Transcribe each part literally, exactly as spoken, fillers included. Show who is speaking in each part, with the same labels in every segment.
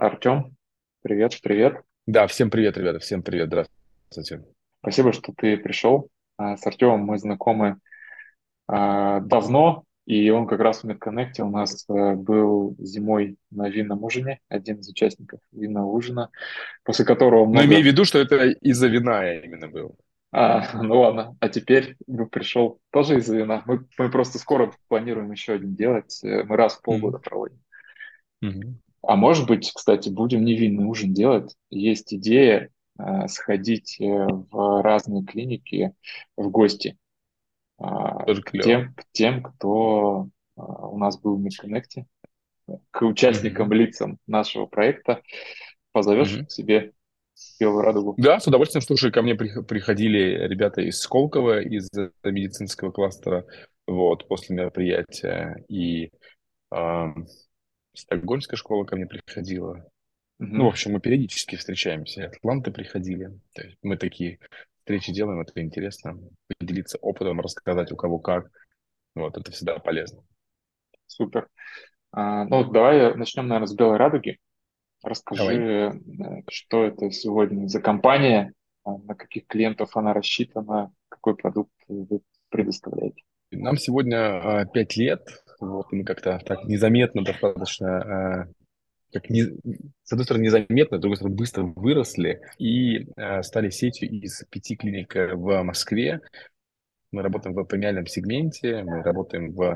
Speaker 1: Артем, привет, привет.
Speaker 2: Да, всем привет, ребята, всем привет, здравствуйте.
Speaker 1: Спасибо, что ты пришел. А, С Артемом мы знакомы а, давно, и он как раз в медконнекте у нас а, был зимой на винном ужине, один из участников винного ужина, после которого
Speaker 2: Но имей в
Speaker 1: много...
Speaker 2: виду, что это из-за вина именно был.
Speaker 1: А, ну ладно, а теперь бы пришел тоже из-за вина. Мы, мы просто скоро планируем еще один делать. Э, Мы раз в полгода
Speaker 2: Мгм.
Speaker 1: проводим.
Speaker 2: Мгм.
Speaker 1: А может быть, кстати, будем не винный ужин делать. Есть идея э, сходить э, в разные клиники в гости а,
Speaker 2: Тоже
Speaker 1: к
Speaker 2: клево.
Speaker 1: тем, к тем, кто а, у нас был в MedConnect, к
Speaker 2: Мгм.
Speaker 1: участникам, лицам нашего проекта. Позовешь
Speaker 2: Мгм.
Speaker 1: к себе в Белую Радугу?
Speaker 2: Да, с удовольствием. Слушай, ко мне прих- приходили ребята из Сколково, из э, медицинского кластера, вот, после мероприятия. И а, Стокгольмская школа ко мне приходила. Ну, в
Speaker 1: Мгм.
Speaker 2: общем, мы периодически встречаемся. Атланты приходили. То есть мы такие встречи делаем, это интересно. Поделиться опытом, рассказать у кого как. Вот, это всегда полезно.
Speaker 1: Супер. А, ну, вот давай начнем, наверное, с Белой Радуги.
Speaker 2: Давай.
Speaker 1: Расскажи, э, что это сегодня за компания, а, на каких клиентов она рассчитана, какой продукт вы предоставляете.
Speaker 2: Нам сегодня а, пять лет. Вот, мы как-то так незаметно достаточно, а, как не, с одной стороны, незаметно, с другой стороны, быстро выросли и а, стали сетью из пяти клиник э, в Москве. Мы работаем в премиальном сегменте, мы работаем в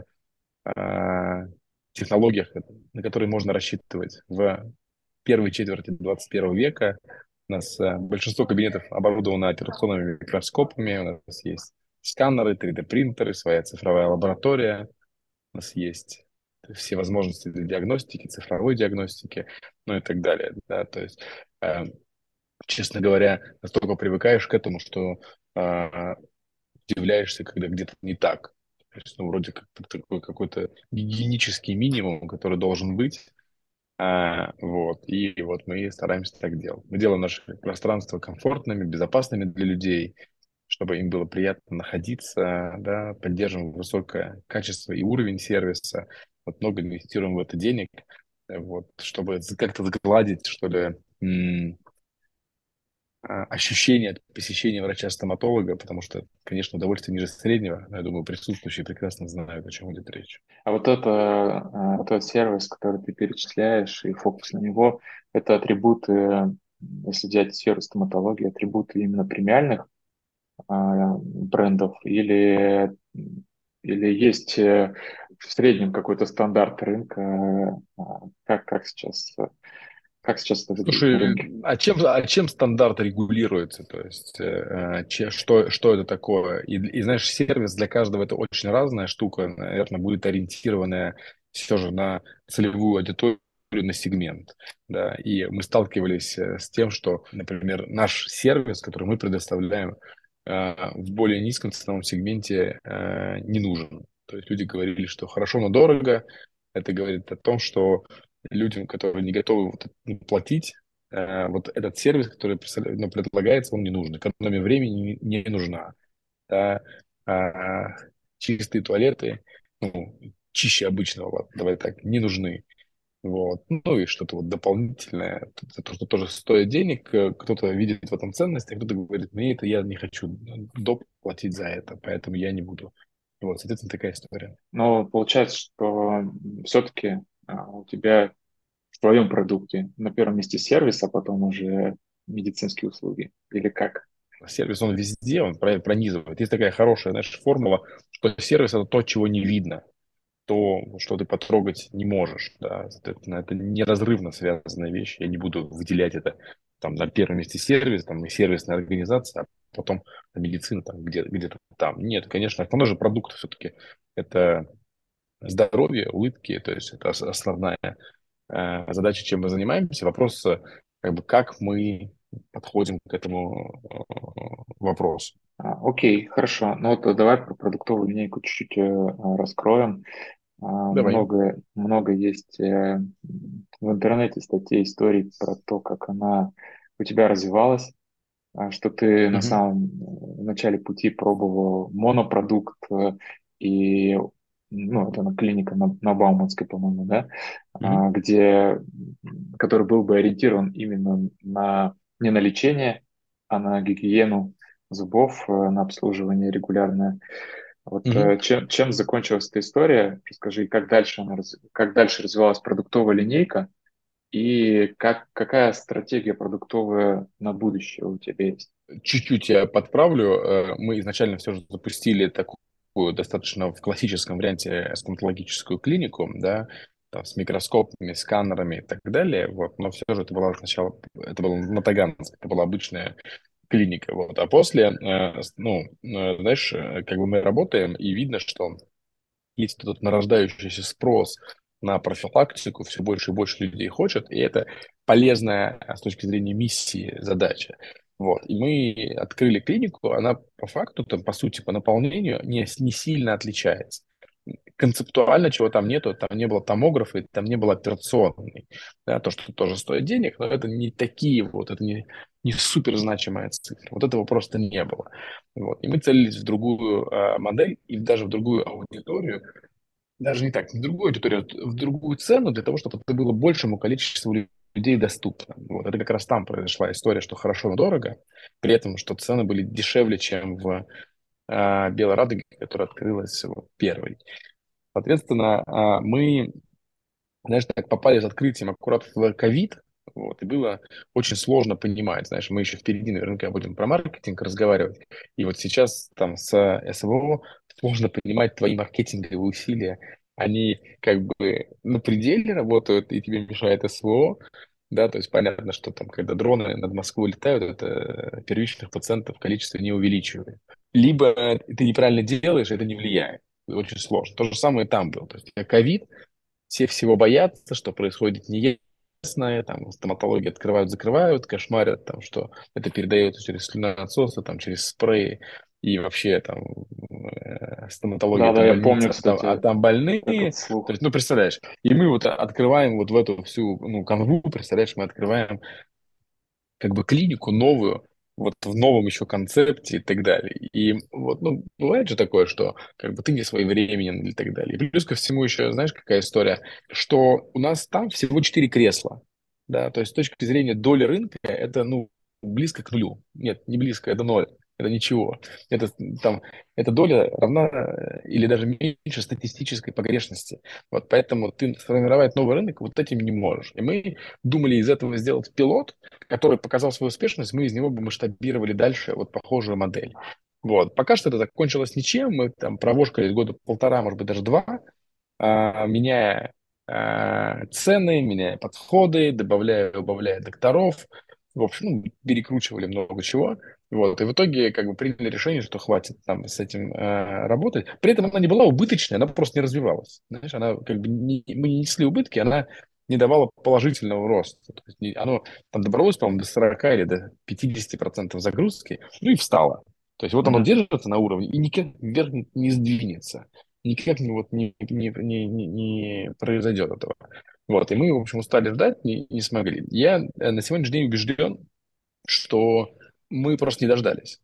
Speaker 2: а, технологиях, на которые можно рассчитывать в первой четверти двадцать первого века. У нас а, большинство кабинетов оборудовано операционными микроскопами, у нас есть сканеры, три дэ-принтеры, своя цифровая лаборатория. У нас есть все возможности для диагностики, цифровой диагностики, ну и так далее. Да? То есть, э, честно говоря, настолько привыкаешь к этому, что э, удивляешься, когда где-то не так. То есть, ну, вроде как такой какой-то гигиенический минимум, который должен быть. А, вот. И вот мы стараемся так делать. Мы делаем наше пространство комфортными, безопасными для людей, чтобы им было приятно находиться, да, поддерживаем высокое качество и уровень сервиса. Вот много инвестируем в это денег, э, вот, чтобы з- как-то сгладить, что ли, м, а, ощущение от посещения врача-стоматолога, потому что, конечно, удовольствие ниже среднего. Я думаю, присутствующие прекрасно знают, о чем идет речь.
Speaker 1: А вот это, а, вот этот сервис, который ты перечисляешь, и фокус на него, это атрибуты, если взять сферу стоматологии, атрибуты именно премиальных а, брендов, или, или есть э, в среднем какой-то стандарт рынка, а, как, как сейчас, как сейчас это выглядит на
Speaker 2: Слушай,
Speaker 1: рынке?
Speaker 2: а чем, а чем стандарт регулируется? То есть, э, э, че- что, что это такое? И, и знаешь, сервис для каждого это очень разная штука, наверное, будет ориентированная все же на целевую аудиторию, на сегмент. Да? И мы сталкивались э, с тем, что, например, наш сервис, который мы предоставляем э, в более низком ценовом сегменте, э, не нужен. То есть люди говорили, что хорошо, но дорого. Это говорит о том, что людям, которые не готовы вот это платить, э, вот этот сервис, который представля- ну, предлагается, он не нужен. Экономия времени не, не нужна. Да? А, чистые туалеты, ну, чище обычного, ладно, давай так, не нужны. Вот. Ну и что-то вот дополнительное, то, то, что тоже стоит денег, э, кто-то видит в этом ценность, а кто-то говорит, мне это я не хочу доп. Платить за это, поэтому я не буду. Вот, соответственно, такая история.
Speaker 1: Но получается, что все-таки у тебя в твоем продукте на первом месте сервис, а потом уже медицинские услуги. Или как?
Speaker 2: Сервис, он везде, он про- пронизывает. Есть такая хорошая, знаешь, формула, что сервис– это то, чего не видно, то, что ты потрогать не можешь. Да. Соответственно, это неразрывно связанная вещь. Я не буду выделять это там на первом месте сервис, там и сервисная организация, а потом медицина там где, где-то там. Нет, конечно, основной же продукт все-таки это здоровье, улыбки, то есть это ос- основная э, задача, чем мы занимаемся. Вопрос, э, как бы, как мы подходим к этому э, вопросу.
Speaker 1: А, окей, хорошо. Ну вот давай про продуктовую линейку чуть-чуть э, а, раскроем. А,
Speaker 2: Давай.
Speaker 1: много, много есть э, в интернете статей, историй про то, как она у тебя развивалась, а, что ты на
Speaker 2: Мгм.
Speaker 1: самом э, начале пути пробовал монопродукт, э, и ну, это на клиника на, на Бауманской, по-моему, да,
Speaker 2: Мгм.
Speaker 1: а, где, который был бы ориентирован именно на, не на лечение, а на гигиену зубов, э, на обслуживание регулярное. Вот
Speaker 2: Мгм.
Speaker 1: э, чем, чем закончилась эта история? Расскажи, как дальше она, раз- как дальше развивалась продуктовая линейка и как, какая стратегия продуктовая на будущее у тебя есть?
Speaker 2: Чуть-чуть я подправлю. Э, Мы изначально все же запустили такую достаточно в классическом варианте стоматологическую клинику, да, там, с микроскопами, сканерами и так далее. Вот. Но все же это была сначала, это было на Таганке, это была обычная клиника. Вот. А после, э, с- ну, э, знаешь, э, как бы мы работаем, и видно, что есть этот нарождающийся спрос на профилактику, все больше и больше людей хочет, и это полезная а, с точки зрения миссии задача. Вот. И мы открыли клинику, она по факту, там, по сути, по наполнению не, не сильно отличается. Концептуально чего там нету, там не было томографа, и там не было операционной. Да, то, что тоже стоит денег, но это не такие вот, это не, не супер значимая цифра. Вот этого просто не было. Вот. И мы целились в другую а, модель и даже в другую аудиторию, даже не так, не в другую аудиторию, а в другую цену для того, чтобы это было большему количеству лю- людей доступно. Вот. Это как раз там произошла история, что хорошо, но дорого, при этом, что цены были дешевле, чем в а, Белой Радуге, которая открылась вот, первой. Соответственно, а, мы, знаешь, так попали с открытием аккурат в ковид, вот, и было очень сложно понимать, знаешь, мы еще впереди наверняка будем про маркетинг разговаривать, и вот сейчас там с СВО сложно понимать твои маркетинговые усилия, они как бы на пределе работают, и тебе мешает СВО, да, то есть понятно, что там, когда дроны над Москвой летают, это первичных пациентов количество не увеличивает. Либо ты неправильно делаешь, это не влияет. Очень сложно. То же самое там было. То есть ковид, все всего боятся, что происходит неясное, там, стоматологи открывают, закрывают, кошмарят, там, что это передается через слюноотсосы, там, через спреи, и вообще там э, стоматология это
Speaker 1: Да-да, я помню,
Speaker 2: больница, а там, а
Speaker 1: кстати,
Speaker 2: там больные,
Speaker 1: этот
Speaker 2: то
Speaker 1: слух.
Speaker 2: есть, ну, представляешь, и мы вот открываем вот в эту всю, ну, канву, представляешь, мы открываем как бы клинику новую, вот в новом еще концепте и так далее. И вот, ну, бывает же такое, что как бы ты не своевременен и так далее. И плюс ко всему еще, знаешь, какая история, что у нас там всего четыре кресла, да, то есть с точки зрения доли рынка это, ну, близко к нулю. Нет, не близко, это ноль. Это ничего. Это там, эта доля равна э, или даже меньше статистической погрешности. Вот поэтому ты сформировать новый рынок вот этим не можешь. И мы думали из этого сделать пилот, который показал свою успешность, мы из него бы масштабировали дальше вот похожую модель. Вот. Пока что это закончилось ничем, мы там провошкались года полтора, может быть, даже два, а, меняя а, цены, меняя подходы, добавляя, убавляя докторов. В общем, ну, перекручивали много чего. Вот. И в итоге как бы приняли решение, что хватит там с этим а, работать. При этом она не была убыточной, она просто не развивалась. Знаешь, она как бы не, мы не несли убытки, она не давала положительного роста. То есть не- оно там добралось, по-моему, до сорока или до пятидесяти процентов загрузки, ну и встало. То есть вот оно
Speaker 1: Мгм.
Speaker 2: держится на уровне и никак вверх не не сдвинется, никак не, вот, не, не, не, не, не произойдет этого. Вот, и мы, в общем, устали ждать, не, не смогли. Я э, на сегодняшний день убежден, что мы просто не дождались.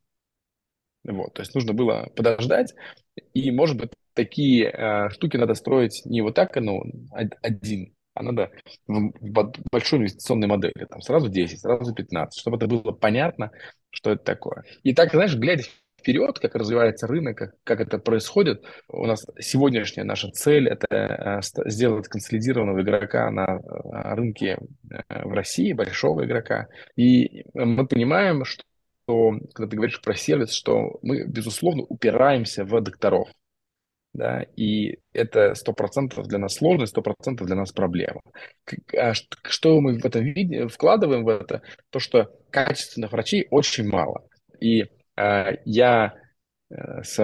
Speaker 2: Вот, то есть нужно было подождать, и, может быть, такие э, штуки надо строить не вот так, ну, од- один, а надо в, в бо- большой инвестиционной модели, там, сразу десять, сразу пятнадцать, чтобы это было понятно, что это такое. И так, знаешь, глядя вперед, как развивается рынок, как, как это происходит, у нас сегодняшняя наша цель – это э, ст- сделать консолидированного игрока на э, рынке э, в России, большого игрока. И мы понимаем, что что, когда ты говоришь про сервис, что мы, безусловно, упираемся в докторов, да, и это сто процентов для нас сложность, сто процентов для нас проблема. К- а ш- что мы в этом виде вкладываем в это? То, что качественных врачей очень мало. И а, я э, с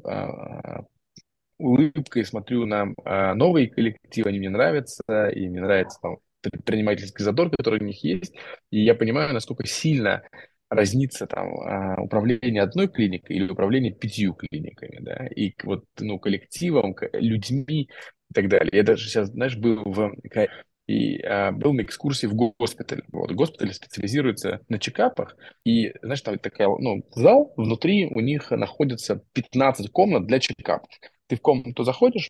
Speaker 2: а, улыбкой смотрю на а, новые коллективы, они мне нравятся, и мне нравится там предпринимательский задор, который у них есть, и я понимаю, насколько сильно разнится там а, управление одной клиникой или управление пятью клиниками, да, и вот, ну, коллективом, к- людьми и так далее. Я даже сейчас, знаешь, был в... и э, был на экскурсии в госпиталь. Вот, госпиталь специализируется на чекапах, и, знаешь, там такая, ну, зал, внутри у них находится пятнадцать комнат для чекапов. Ты в комнату заходишь,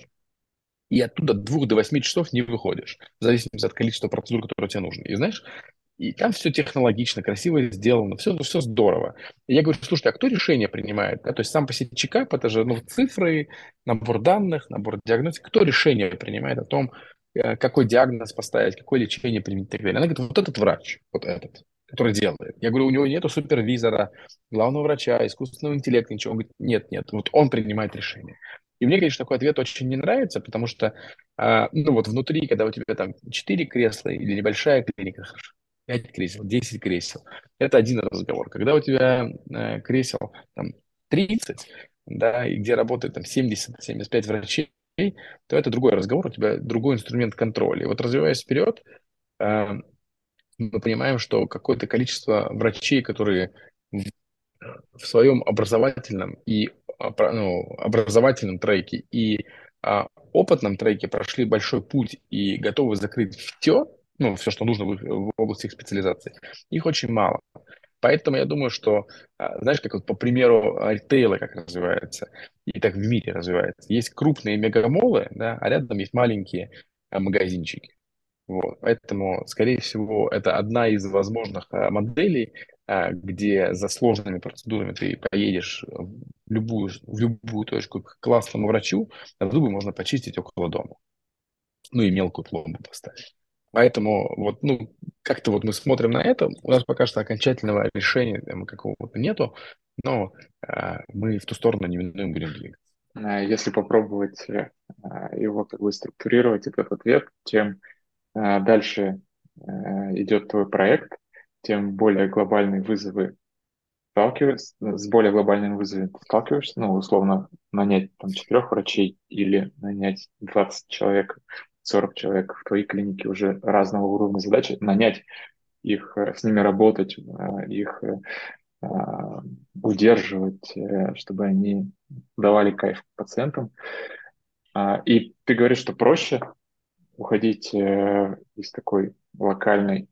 Speaker 2: и оттуда от двух до восьми часов не выходишь, в зависимости от количества процедур, которые тебе нужны. И знаешь, и там все технологично, красиво сделано, все, все здорово. И я говорю, слушайте, а кто решение принимает? Да? То есть сам по себе чекап, это же ну, цифры, набор данных, набор диагностики. Кто решение принимает о том, э, какой диагноз поставить, какое лечение применить и так далее? Она говорит, вот этот врач, вот этот, который делает. Я говорю, у него нету супервизора, главного врача, искусственного интеллекта, ничего. Он говорит, нет, нет, вот он принимает решение. И мне, конечно, такой ответ очень не нравится, потому что, а, ну вот внутри, когда у тебя там четыре кресла или небольшая клиника, пять кресел, десять кресел, это один разговор. Когда у тебя э, кресел там тридцать, да, и где работает там семьдесят-семьдесят пять врачей, то это другой разговор, у тебя другой инструмент контроля. И вот развиваясь вперед, э, мы понимаем, что какое-то количество врачей, которые в, в своем образовательном и а, про- ну, образовательном треке и а, опытном треке прошли большой путь и готовы закрыть все, ну, все, что нужно в, их- в области их специализации, их очень мало. Поэтому я думаю, что, а, знаешь, как вот по примеру а, ритейла как развивается, и так в мире развивается. Есть крупные мегамолы, да, а рядом есть маленькие а, магазинчики. Вот. Поэтому, скорее всего, это одна из возможных а, моделей, а, где за сложными процедурами ты поедешь в любую, в любую точку к классному врачу, а зубы можно почистить около дома. Ну и мелкую пломбу поставить. Поэтому вот, ну, как-то вот мы смотрим на это, у нас пока что окончательного решения там, какого-то нету, но а, мы в ту сторону неминуемо будем двигаться.
Speaker 1: А Если попробовать э, а, его как бы структурировать, этот ответ, чем а, дальше э, идет твой проект, тем более глобальные вызовы сталкиваешься, с более глобальными вызовами ты сталкиваешься, ну, условно, нанять там четырех врачей или нанять двадцать человек, сорок человек в твоей клинике уже разного уровня задачи, нанять их, э, с ними работать, э, их э, а, удерживать, э, чтобы они давали кайф пациентам. А, И ты говоришь, что проще уходить э, из такой локальной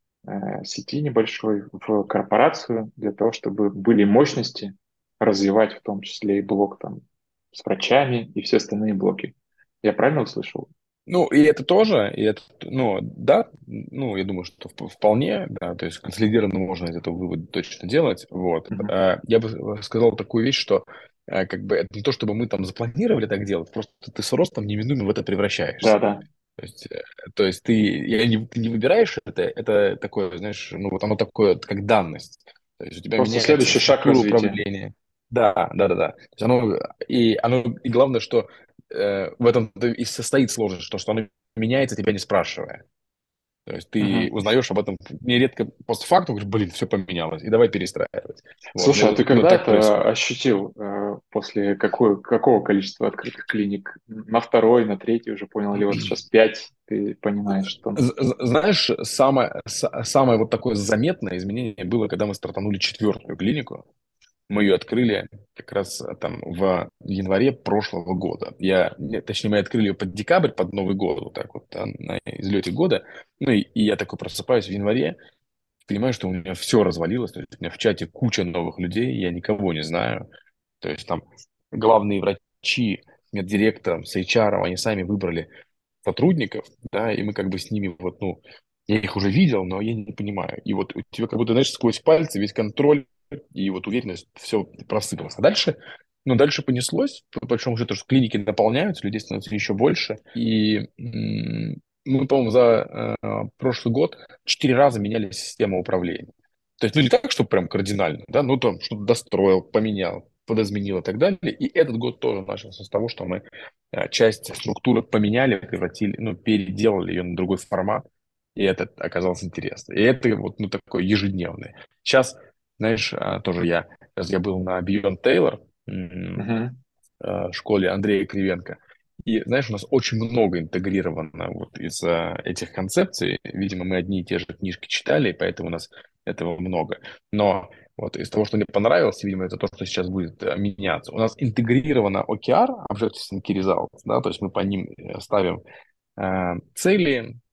Speaker 1: э, сети небольшой в корпорацию для того, чтобы были мощности развивать в том числе и блок там с врачами и все остальные блоки. Я правильно услышал?
Speaker 2: Ну, и это тоже, и это, ну, да, ну, я думаю, что вп- вполне, да, то есть консолидированно можно из этого вывода точно делать, вот.
Speaker 1: Мгм.
Speaker 2: А, Я бы сказал такую вещь, что а, как бы это не то, чтобы мы там запланировали так делать, просто ты с ростом неминуемо в это
Speaker 1: Да,
Speaker 2: превращаешься.
Speaker 1: да.
Speaker 2: То есть, э, то есть ты, я не, ты не выбираешь это, это такое, знаешь, ну вот оно такое, как данность. То есть у тебя
Speaker 1: Просто
Speaker 2: меняется
Speaker 1: следующий шаг
Speaker 2: структура
Speaker 1: развития.
Speaker 2: управления. Да, да, да, да. То есть оно, и, оно, и главное, что э, в этом и состоит сложность, что, что оно меняется, тебя не спрашивая. То есть ты
Speaker 1: Мгм.
Speaker 2: узнаешь об этом нередко постфактум, говоришь, блин, все поменялось, и давай перестраивать. Вот,
Speaker 1: Слушай, а ты
Speaker 2: ну, ну,
Speaker 1: когда
Speaker 2: так
Speaker 1: это
Speaker 2: происходит.
Speaker 1: ощутил, э, после какой, какого количества открытых клиник? На второй, на третий уже понял, или вот сейчас пять, ты понимаешь, что...
Speaker 2: З- з- Знаешь, самое, с- самое вот такое заметное изменение было, когда мы стартанули четвертую клинику. Мы ее открыли как раз э, там в январе прошлого года. Я, не- точнее, мы открыли ее под декабрь, под Новый год, вот так вот, да, на излете года. Ну и, и я такой просыпаюсь в январе, понимаю, что у меня все развалилось. То есть у меня в чате куча новых людей, я никого не знаю. То есть там главные врачи, меддиректором, с эйч ар, они сами выбрали сотрудников, да, и мы как бы с ними вот, ну, я их уже видел, но я не понимаю. И вот у тебя как будто, знаешь, сквозь пальцы весь контроль и вот уверенность, все просыпалось. А дальше, ну, дальше понеслось, по большому счету, что клиники наполняются, людей становится еще больше. И м, мы, по-моему, за э, прошлый год четыре раза меняли систему управления. То есть, ну, не так, что прям кардинально, да, ну, там что-то достроил, поменял, подозменил и так далее. И этот год тоже начался с того, что мы э, часть структуры поменяли, превратили, ну, переделали ее на другой формат, и это оказалось интересно. И это вот, ну, такое ежедневное. Сейчас, знаешь, а, тоже я, сейчас я был на Beyond Taylor, м,
Speaker 1: Мгм.
Speaker 2: э, школе Андрея Кривенко, и, знаешь, у нас очень много интегрировано вот из а, этих концепций. Видимо, мы одни и те же книжки читали, и поэтому у нас этого много. Но вот из того, что мне понравилось, видимо, это то, что сейчас будет э, меняться. У нас интегрировано о ке ар, Objective Key Results, да, то есть мы по ним э, ставим э, цели,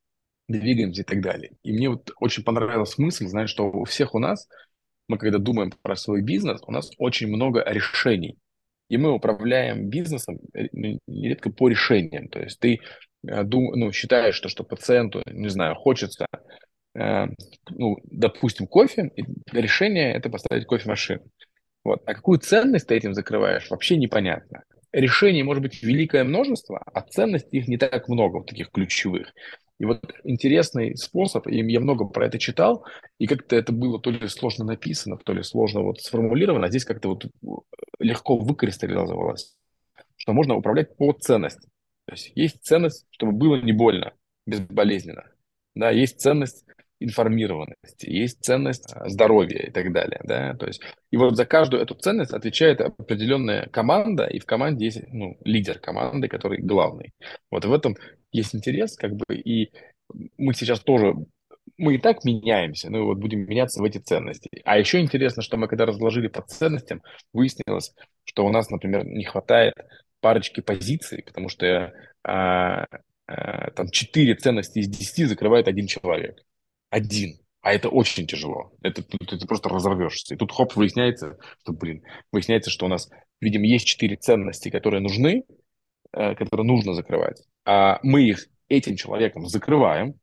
Speaker 2: двигаемся и так далее. И мне вот очень понравилась мысль, знаешь, что у всех у нас, мы когда думаем про свой бизнес, у нас очень много решений. И мы управляем бизнесом э, ну, нередко по решениям. То есть ты э, дум- ну, считаешь, что, что пациенту, не знаю, хочется, э, ну, допустим, кофе, и решение – это поставить кофемашину. Вот. А какую ценность ты этим закрываешь, вообще непонятно. Решений может быть великое множество, а ценностей их не так много, вот таких ключевых. И вот интересный способ, и я много про это читал, и как-то это было то ли сложно написано, то ли сложно вот сформулировано, а здесь как-то вот легко выкристаллизовалось, что можно управлять по ценности. То есть есть ценность, чтобы было не больно, безболезненно. Да, есть ценность информированности, есть ценность а, здоровья и так далее. Да? То есть, и вот за каждую эту ценность отвечает определенная команда, и в команде есть ну, лидер команды, который главный. Вот в этом есть интерес, как бы, и мы сейчас тоже, мы и так меняемся, но вот будем меняться в эти ценности. А еще интересно, что мы когда разложили по ценностям, выяснилось, что у нас, например, не хватает парочки позиций, потому что а, а, там четыре ценности из десяти закрывает один человек. Один. А это очень тяжело. Это, тут ты просто разорвешься. И тут хоп, выясняется, что, блин, выясняется, что у нас, видимо, есть четыре ценности, которые нужны, э, которые нужно закрывать. А мы их этим человеком закрываем,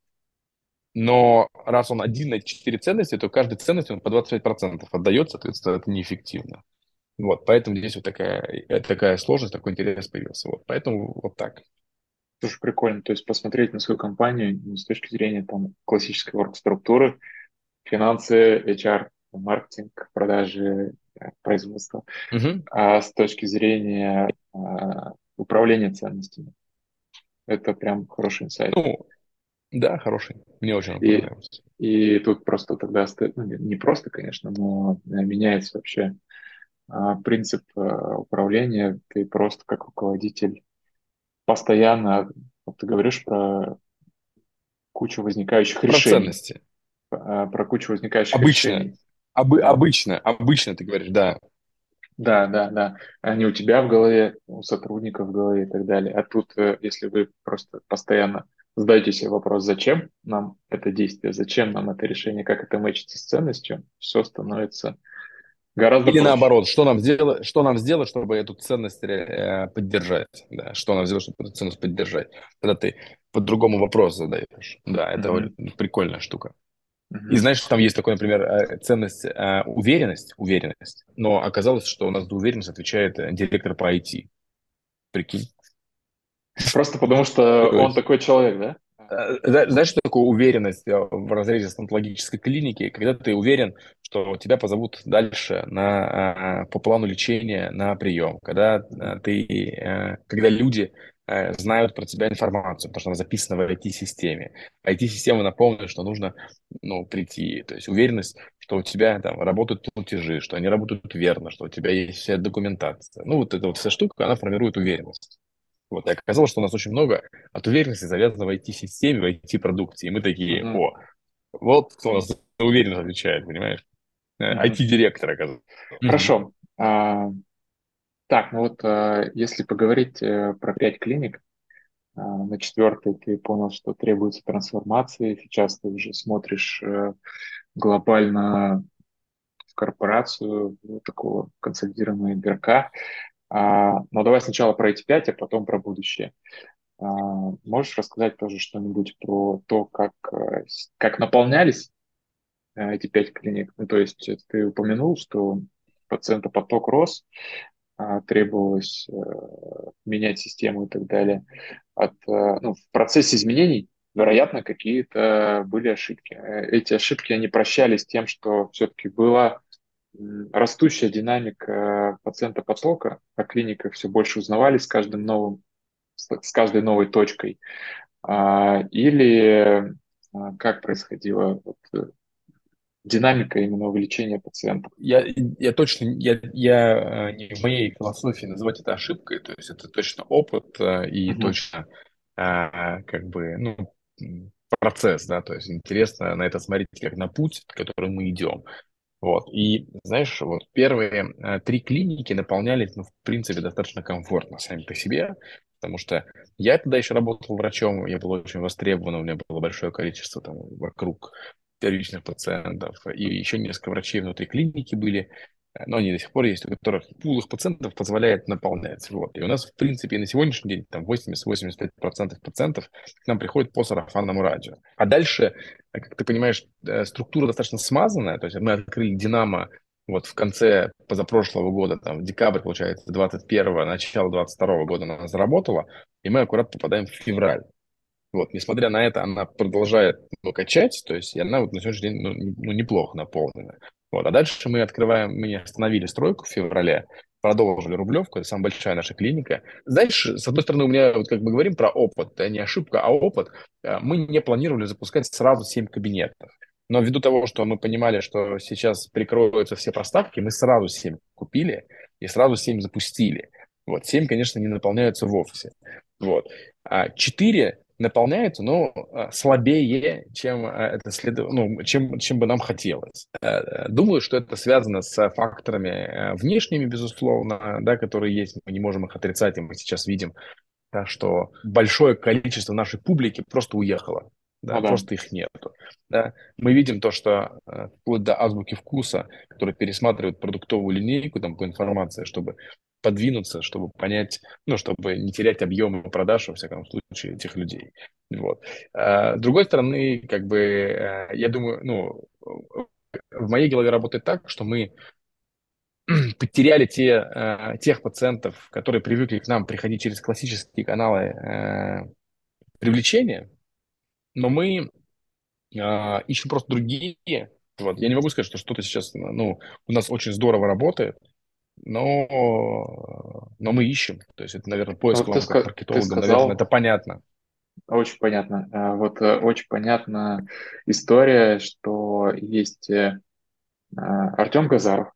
Speaker 2: но раз он один на эти четыре ценности, то каждой ценности он по двадцать пять процентов отдает, соответственно, это неэффективно. Вот, поэтому здесь вот такая, э, такая сложность, такой интерес появился. Вот, поэтому вот так.
Speaker 1: Тоже прикольно. То есть посмотреть на свою компанию не с точки зрения там классической орг-структуры, финансы, эйч ар, маркетинг, продажи, э, производство,
Speaker 2: Мгм.
Speaker 1: а с точки зрения а, управления ценностями. Это прям хороший инсайт.
Speaker 2: Ну, да, хороший. Мне очень он
Speaker 1: И,
Speaker 2: понравился.
Speaker 1: и тут просто тогда, ст- ну, не не просто, конечно, но э, меняется вообще а, принцип а, управления. Ты просто как руководитель постоянно, вот ты говоришь про кучу возникающих
Speaker 2: Про
Speaker 1: решений,
Speaker 2: ценности.
Speaker 1: а, про кучу возникающих
Speaker 2: Обычно,
Speaker 1: решений.
Speaker 2: обы-
Speaker 1: Да,
Speaker 2: обычно, обычно ты говоришь, да.
Speaker 1: да, да, да. Они у тебя в голове, у сотрудников в голове и так далее. А тут, э, если вы просто постоянно задаете себе вопрос, зачем нам это действие, зачем нам это решение, как это мэчится с ценностью, все становится гораздо
Speaker 2: Или
Speaker 1: проще.
Speaker 2: наоборот, что нам сделать, что нам сделать, чтобы эту ценность э, поддержать? Да, что нам сделать, чтобы эту ценность поддержать? Когда ты по-другому вопрос задаешь. Да, это вот
Speaker 1: Мгм,
Speaker 2: прикольная штука. И
Speaker 1: мгм.
Speaker 2: знаешь, что там есть такой, например, э, ценность, э, уверенность, уверенность. Но оказалось, что у нас за уверенность отвечает э, директор по ай ти. Прикинь.
Speaker 1: Просто потому, что
Speaker 2: То
Speaker 1: он
Speaker 2: есть,
Speaker 1: такой человек, да?
Speaker 2: э, зна- знаешь, что такое уверенность э, в разрезе стоматологической клиники? Когда ты уверен, что тебя позовут дальше на, э, по плану лечения на прием. Когда,
Speaker 1: Мгм,
Speaker 2: э, ты, э, когда люди э, знают про тебя информацию, потому что она записана в ай ти-системе. ай ти-система напомнит, что нужно ну, прийти. То есть уверенность, что у тебя там работают платежи, что они работают верно, что у тебя есть вся документация. Ну, вот эта вот вся штука, она формирует уверенность. Вот, и оказалось, что у нас очень много от уверенности завязано в ай ти-системе, в ай ти-продукте. И мы такие,
Speaker 1: мгм,
Speaker 2: о, вот кто у нас за уверенность отвечает, понимаешь? Э,
Speaker 1: мгм.
Speaker 2: ай ти-директор, оказывается. Мгм.
Speaker 1: Хорошо. А, так, ну вот а, если поговорить э, про пять клиник, а, на четвертой ты понял, что требуется трансформации. Сейчас ты уже смотришь э, глобально в корпорацию, в такого консолидированного игрока. А, но давай сначала про эти пять, а потом про будущее. А, можешь рассказать тоже что-нибудь про то, как, э, с- как наполнялись э, эти пять клиник? Ну, то есть э, ты упомянул, что пациентопоток рос, а, требовалось э, менять систему и так далее. От, э, ну, в процессе изменений, вероятно, какие-то были ошибки. Э, Эти ошибки, они прощались тем, что все-таки была м, растущая динамика пациента-потока, о клиниках все больше узнавали с каждым новым, с с каждой новой точкой. А, Или а, как происходила вот, э, динамика именно увеличения пациентов?
Speaker 2: Я, я точно, я, я э, не в моей философии называть это ошибкой, то есть это точно опыт э, и
Speaker 1: Мгм.
Speaker 2: точно а, как бы, ну, м, процесс, да, то есть интересно на это смотреть как на путь, к которому мы идем. Вот. И знаешь, вот первые э, три клиники наполнялись, ну, в принципе, достаточно комфортно сами по себе. Потому что я тогда еще работал врачом, я был очень востребован, у меня было большое количество там вокруг первичных пациентов, и еще несколько врачей внутри клиники были, э, но они до сих пор есть, у которых пул их пациентов позволяет наполнять. Вот. И у нас, в принципе, на сегодняшний день там восемьдесят-восемьдесят пять процентов пациентов к нам приходят по сарафанному радио. А дальше, э, как ты понимаешь, э, структура достаточно смазанная, то есть мы открыли Динамо вот в конце позапрошлого года, там, в декабре, получается, двадцать первого, начало двадцать второго года она заработала, и мы аккурат попадаем в февраль. Вот, несмотря на это, она продолжает, ну, качать, то есть и она вот на сегодняшний день, ну, не- ну, неплохо наполнена. Вот, а дальше мы открываем, мы остановили стройку в феврале, продолжили Рублевку, это самая большая наша клиника. Знаешь, с одной стороны, у меня, вот как мы говорим про опыт, да, не ошибка, а опыт. Э, Мы не планировали запускать сразу семь кабинетов. Но ввиду того, что мы понимали, что сейчас прикроются все поставки, мы сразу семь купили и сразу семь запустили. Вот, семь, конечно, не наполняются вовсе. Вот. А четыре наполняются, но а, слабее, чем, а, это след... ну, чем, чем бы нам хотелось. Э, Думаю, что это связано с факторами э, внешними, безусловно, да, которые есть, мы не можем их отрицать, и мы сейчас видим, да, что большое количество нашей публики просто уехало.
Speaker 1: Ну
Speaker 2: Да,
Speaker 1: да.
Speaker 2: просто их нету. Да. Мы видим то, что э, вплоть до азбуки вкуса, которые пересматривают продуктовую линейку там, по информации, чтобы подвинуться, чтобы понять, ну, чтобы не терять объемы продаж, во всяком случае, этих людей. Вот. А, с другой стороны, как бы, э, я думаю, ну, в моей голове работает так, что мы потеряли те, э, тех пациентов, которые привыкли к нам приходить через классические каналы э, привлечения, но мы э, ищем просто другие. Вот. Я не могу сказать, что что-то сейчас, ну, у нас очень здорово работает, но, но мы ищем. То есть это, наверное,
Speaker 1: Ну,
Speaker 2: поиск
Speaker 1: Вот ты,
Speaker 2: вам как
Speaker 1: ска- ты
Speaker 2: маркетологам, наверное, это
Speaker 1: сказал,
Speaker 2: понятно.
Speaker 1: очень понятно. А, Вот э, очень понятна история, что есть э, а, Артем Газаров,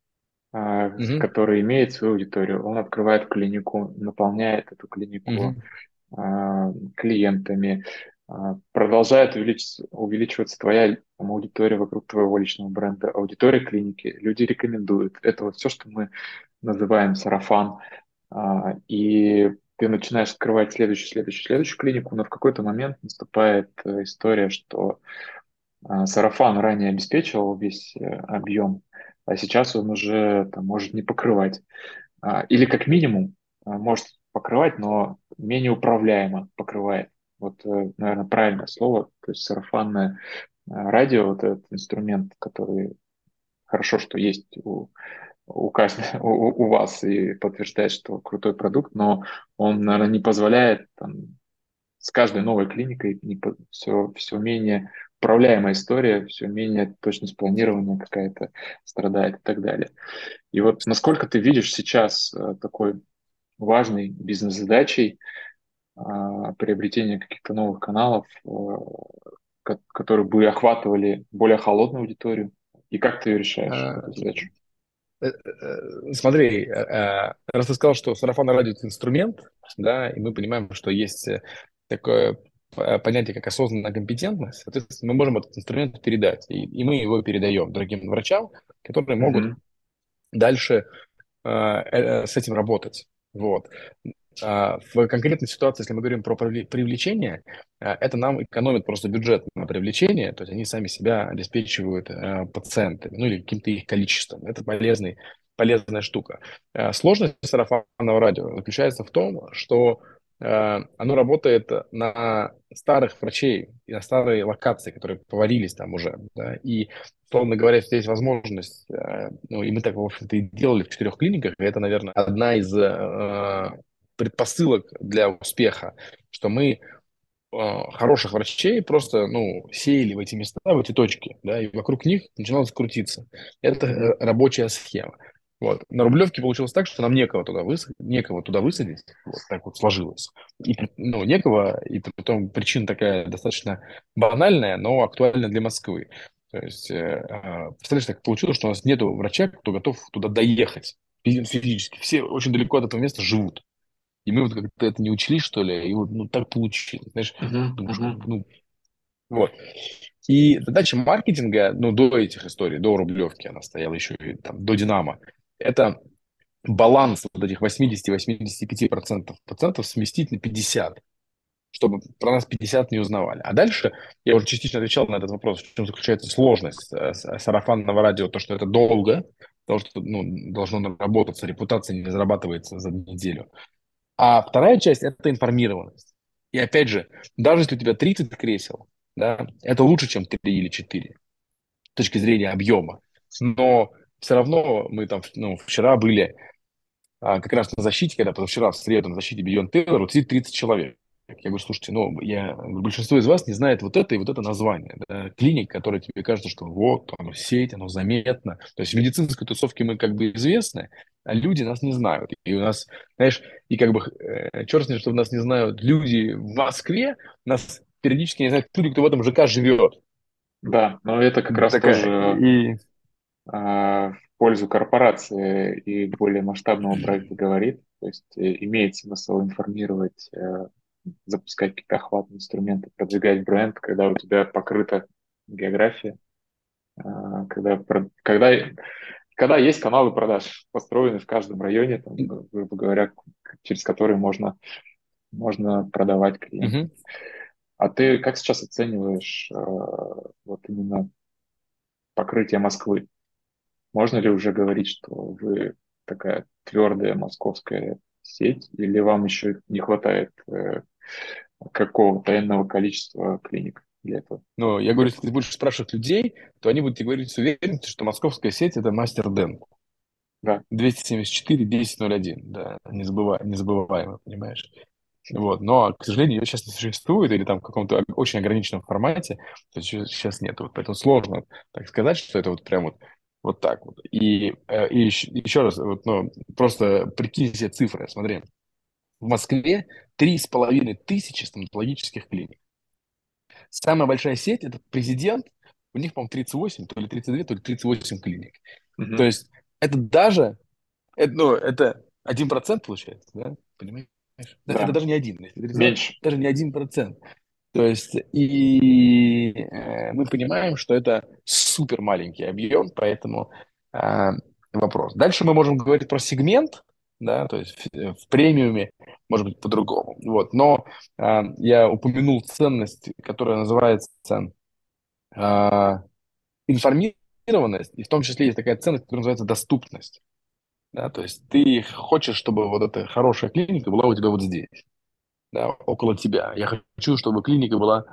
Speaker 1: а,
Speaker 2: Мгм,
Speaker 1: который имеет свою аудиторию. Он открывает клинику, наполняет эту клинику
Speaker 2: мгм.
Speaker 1: а, клиентами, а, продолжает увеличиваться, увеличиваться твоя там, аудитория вокруг твоего личного бренда, аудитория клиники, люди рекомендуют. Это вот все, что мы называем сарафан. А, И ты начинаешь открывать следующую, следующую, следующую клинику, но в какой-то момент наступает э, история, что а, сарафан ранее обеспечивал весь э, объем, а сейчас он уже там, может не покрывать. А, Или как минимум а, может покрывать, но менее управляемо покрывает. Вот, наверное, правильное слово. То есть сарафанное а, радио, вот этот инструмент, который хорошо, что есть у, у, каждого, у, у вас и подтверждает, что крутой продукт, но он, наверное, не позволяет там, с каждой новой клиникой не по- все, все менее управляемая история, все менее точность планирования какая-то страдает и так далее. И вот насколько ты видишь сейчас э, такой важной бизнес-задачей а, приобретение каких-то новых каналов, э, ко- которые бы охватывали более холодную аудиторию, и как ты ее решаешь,
Speaker 2: А,
Speaker 1: эту задачу?
Speaker 2: э, э, Смотри, э, э, раз ты сказал, что сарафанное радио– это инструмент, да, и мы понимаем, что есть э, такое п- понятие, как осознанная компетентность, соответственно, мы можем этот инструмент передать, и, и мы его передаем другим врачам, которые могут
Speaker 1: Мгм.
Speaker 2: дальше э, э, с этим работать. Вот. А в конкретной ситуации, если мы говорим про привле- привлечение, э, это нам экономит просто бюджет на привлечение, то есть они сами себя обеспечивают э, пациентами, ну или каким-то их количеством. Это полезный, полезная штука. Э, Сложность сарафанного радио заключается в том, что э, оно работает на старых врачей и на старые локации, которые поварились там уже, да, и условно говоря, если есть возможность, э, ну, и мы так, в общем-то, и делали в четырех клиниках, и это, наверное, одна из э, предпосылок для успеха, что мы э, хороших врачей просто, ну, сеяли в эти места, в эти точки, да, и вокруг них начиналось крутиться. Это
Speaker 1: Мгм.
Speaker 2: э, рабочая схема. Вот. На Рублевке получилось так, что нам некого туда высадить, некого туда высадить, вот так вот сложилось. И, при- ну, некого, и потом причина такая достаточно банальная, но актуальная для Москвы. То есть, э, э, представляешь, так получилось, что у нас нету врача, кто готов туда доехать физи- физически. Все очень далеко от этого места живут. И мы вот как-то это не учли, что ли, и вот ну, так получилось. Знаешь,
Speaker 1: Мгм.
Speaker 2: думаешь, как бы,
Speaker 1: Мгм.
Speaker 2: ну, вот. И задача маркетинга, ну, до этих историй, до Рублевки она стояла еще и там, до Динамо, это баланс вот этих восемьдесят-восемьдесят пять процентов, процентов сместить на пятьдесят, чтобы про нас пятьдесят не узнавали. А дальше я уже частично отвечал на этот вопрос, в чем заключается сложность э, с- сарафанного радио, то, что это долго, потому что ну, должно наработаться, репутация не зарабатывается за неделю. А вторая часть– это информированность. И опять же, даже если у тебя тридцать кресел, да, это лучше, чем три или четыре с точки зрения объема. Но все равно мы там ну, вчера были а, как раз на защите, когда позавчера в среду на защите Бейон Тейлор вот сидит тридцать человек. Я говорю, слушайте, ну, я, большинство из вас не знает вот это и вот это название. Да, клиник, которые тебе кажется, что вот, оно сеть, оно заметно. То есть в медицинской тусовке мы как бы известны, а люди нас не знают. И у нас, знаешь, и как бы, э, черт с ним, что нас не знают люди в Москве, нас периодически не знают люди, кто в этом ЖК живет.
Speaker 1: Да, но это как раз
Speaker 2: Такая.
Speaker 1: тоже
Speaker 2: И,
Speaker 1: а, в пользу корпорации и более масштабного проекта говорит. То есть э, имеет смысл информировать, э, запускать какие-то охватные инструменты, продвигать бренд, когда у тебя покрыта география, а, когда, про- когда, когда есть каналы продаж, построены в каждом районе, там, грубо говоря, к- через которые можно, можно продавать клиентам.
Speaker 2: мгм.
Speaker 1: А ты как сейчас оцениваешь э, вот именно покрытие Москвы? Можно ли уже говорить, что вы такая твердая московская сеть, или вам еще не хватает э, какого-то энного количества клиник для этого?
Speaker 2: Но я говорю, если ты будешь спрашивать людей, то они будут тебе говорить с уверенностью, что московская сеть– это мастер Дэн.
Speaker 1: Да.
Speaker 2: двести семьдесят четыре тысячи один, да, не забывай, незабываемо, понимаешь? Вот, но, к сожалению, ее сейчас не существует или там в каком-то очень ограниченном формате, то есть её сейчас нет. Вот поэтому сложно так сказать, что это вот прям вот, вот так вот. И, э, и еще, еще раз, вот, ну, просто прикинь себе цифры, смотри. В Москве три с половиной тысячи стоматологических клиник. Самая большая сеть– это президент, у них, по-моему, тридцать восемь, то ли тридцать две, то ли тридцать восемь клиник. То
Speaker 1: Мгм.
Speaker 2: есть это даже это, ну, это один процент получается, да? Понимаешь? Да, это
Speaker 1: Да,
Speaker 2: даже не один, если отрицать,
Speaker 1: меньше.
Speaker 2: даже не один процент. То есть и э, мы понимаем, что это супер маленький объем, поэтому э, вопрос. Дальше мы можем говорить про сегмент, да, то есть в, в премиуме может быть по-другому. Вот, но э, я упомянул ценность, которая называется э, информированность, и в том числе есть такая ценность, которая называется доступность. Да, то есть ты хочешь, чтобы вот эта хорошая клиника была у тебя вот здесь, да, около тебя. Я хочу, чтобы клиника была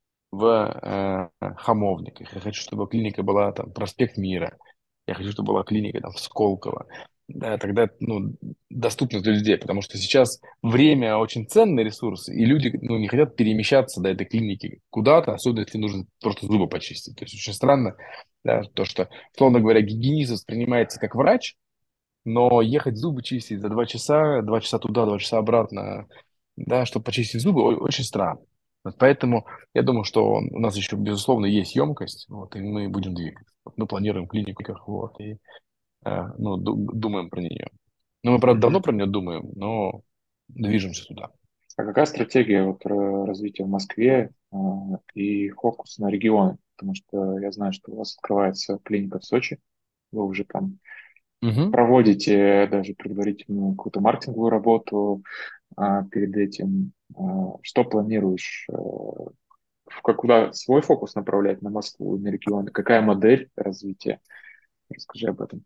Speaker 2: в э, Хамовниках. Я хочу, чтобы клиника была там проспект Мира. Я хочу, чтобы была клиника там в Сколково. Да, тогда ну, доступно для людей, потому что сейчас время очень ценный ресурс, и люди ну, не хотят перемещаться до этой клиники куда-то, особенно если нужно просто зубы почистить. То есть очень странно, да, то, что, условно говоря, гигиенист воспринимается как врач, но ехать зубы чистить за два часа, два часа туда, два часа обратно, да, чтобы почистить зубы, о- очень странно. Вот поэтому я думаю, что у нас еще, безусловно, есть емкость, вот, и мы будем двигаться. Вот мы планируем клинику, вот, и э, ну, ду- думаем про нее. Ну, мы, правда, давно
Speaker 1: Мгм.
Speaker 2: про нее думаем, но движемся туда.
Speaker 1: А какая стратегия вот, ра- развития в Москве а, и фокус на регионы? Потому что я знаю, что у вас открывается клиника в Сочи, вы уже там
Speaker 2: Мгм.
Speaker 1: проводите даже предварительную какую-то маркетинговую работу а, перед этим. А, что планируешь? а, в как- Куда свой фокус направлять на Москву и на регионы? Какая модель развития? Расскажи об этом.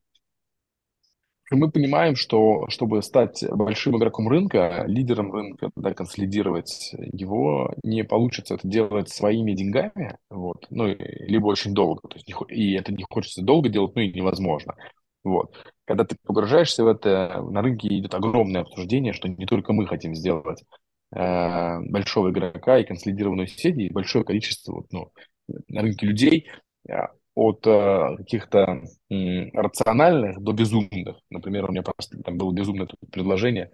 Speaker 2: Мы понимаем, что чтобы стать большим игроком рынка, лидером рынка, да, консолидировать его, не получится это делать своими деньгами, вот, ну, и- либо очень долго, то есть не хо- и это не хочется долго делать, ну и невозможно. Вот. Когда ты погружаешься в это, на рынке идет огромное обсуждение, что не только мы хотим сделать э, большого игрока и консолидированную сеть, и большое количество вот, ну, на рынке людей, э, от э, каких-то м, рациональных до безумных. Например, у меня просто там было безумное тут предложение,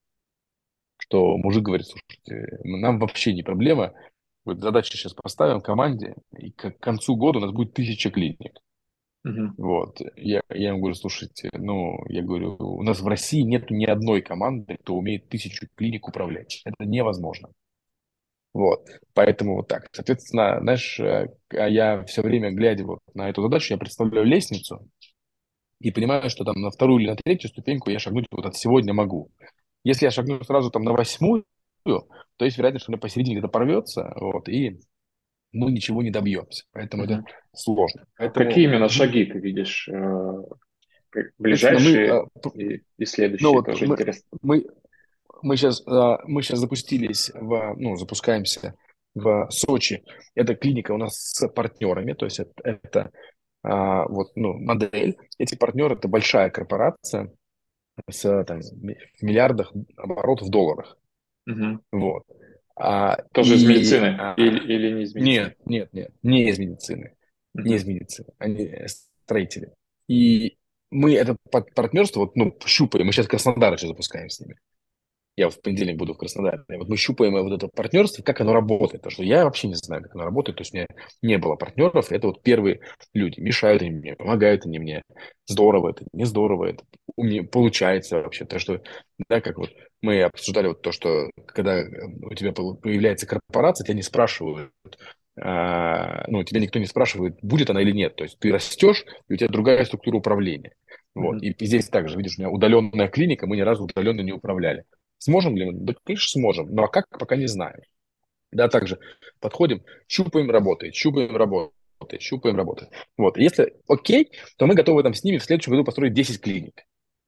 Speaker 2: что мужик говорит, слушайте, нам вообще не проблема, вот задачу сейчас поставим команде, и к к концу года у нас будет тысяча клиник.
Speaker 1: Мгм.
Speaker 2: Вот. Я, я ему говорю, слушайте, ну, я говорю, у нас в России нет ни одной команды, кто умеет тысячу клиник управлять. Это невозможно. Вот, поэтому вот так. Соответственно, знаешь, э, а я все время, глядя вот на эту задачу, я представляю лестницу, и понимаю, что там на вторую или на третью ступеньку я шагнуть вот от сегодня могу. Если я шагну сразу там на восьмую, то есть вероятность, что она посередине где-то порвется, вот, и мы ничего не добьемся. Поэтому это
Speaker 1: Мгм.
Speaker 2: сложно.
Speaker 1: А какие
Speaker 2: Поэтому,
Speaker 1: именно
Speaker 2: ну,
Speaker 1: шаги ты видишь, э, как
Speaker 2: соответственно, мы,
Speaker 1: ближайшие
Speaker 2: а, п-
Speaker 1: и, и
Speaker 2: ну
Speaker 1: следующие
Speaker 2: вот
Speaker 1: тоже
Speaker 2: мы,
Speaker 1: интересно?
Speaker 2: мы, мы сейчас, мы сейчас запустились в, ну, запускаемся в Сочи. Это клиника у нас с партнерами, то есть это, это а, вот, ну, модель. Эти партнеры — это большая корпорация с там, ми- в миллиардах оборотов в долларах.
Speaker 1: Мгм.
Speaker 2: Вот. А,
Speaker 1: Тоже из
Speaker 2: и
Speaker 1: медицины или,
Speaker 2: а,
Speaker 1: или не из медицины?
Speaker 2: нет, нет, нет, не из медицины, не из
Speaker 1: Мгм.
Speaker 2: медицины, они э, строители. И мы это пар- партнерство, вот, ну, щупаем, мы сейчас Краснодар еще запускаем с ними. Я в понедельник буду в Краснодаре. Вот мы щупаем вот это партнерство, как оно работает. Потому что я вообще не знаю, как оно работает. То есть у меня не было партнеров. Это вот первые люди. Мешают они мне, помогают они мне. Здорово это, не здорово это. У меня получается вообще. То, что, да, как вот мы обсуждали вот то, что когда у тебя появляется корпорация, тебя не спрашивают, а, ну, тебя никто не спрашивает, будет она или нет. То есть ты растешь, и у тебя другая структура управления. Вот.
Speaker 1: Мгм.
Speaker 2: И здесь также, видишь, у меня удаленная клиника, мы ни разу удаленно не управляли. Сможем ли мы? Да, конечно, сможем. Но а как, пока не знаем. Да, также подходим, щупаем, работает, щупаем, работает, щупаем, работает. Вот. Если окей, то мы готовы там с ними в следующем году построить десять клиник.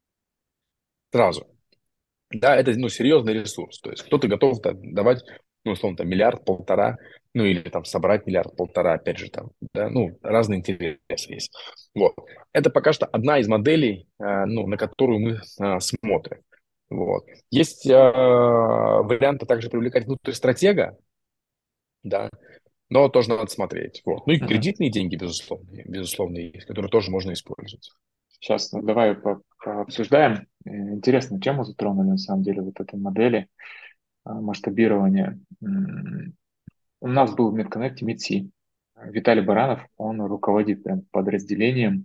Speaker 2: Сразу. Да, это, ну, серьезный ресурс. То есть кто-то готов там, давать, ну, условно, там, миллиард, полтора, ну, или там собрать миллиард, полтора, опять же, там, да, ну, разные интересы есть. Вот. Это пока что одна из моделей, э, ну, на которую мы э, смотрим. Вот. Есть э, варианты также привлекать внутрь стратега, да, но тоже надо смотреть. Вот. Ну и
Speaker 1: Мгм.
Speaker 2: кредитные деньги, безусловно, безусловно, есть, которые тоже можно использовать.
Speaker 1: Сейчас ну, давай по- пообсуждаем. Э, Интересную тему затронули, на самом деле, вот этой модели а, масштабирования. М, У нас был в медконнекте МедСи. Виталий Баранов, он руководит прям подразделением,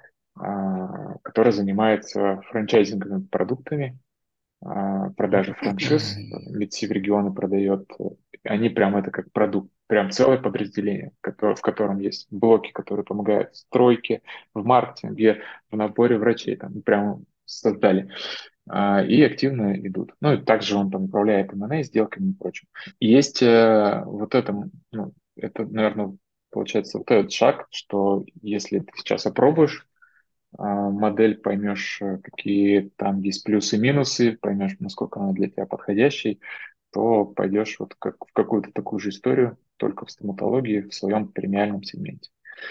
Speaker 1: а, которое занимается франчайзинговыми продуктами, а, продажи франшиз. МедСи в регионы продает. Они прям это как продукт, прям целое подразделение, кото- в котором есть блоки, которые помогают в стройке, в маркетинге, в наборе врачей. Там прям создали а, и активно идут. Ну и также он там управляет эм энд эй, сделками и прочим. И есть э, вот это, ну, это, наверное, получается вот этот шаг, что если ты сейчас опробуешь а, модель, поймешь, э, какие там есть плюсы и минусы, поймешь, насколько она для тебя подходящей, то пойдешь вот как, в какую-то такую же историю, только в стоматологии, в своем премиальном сегменте.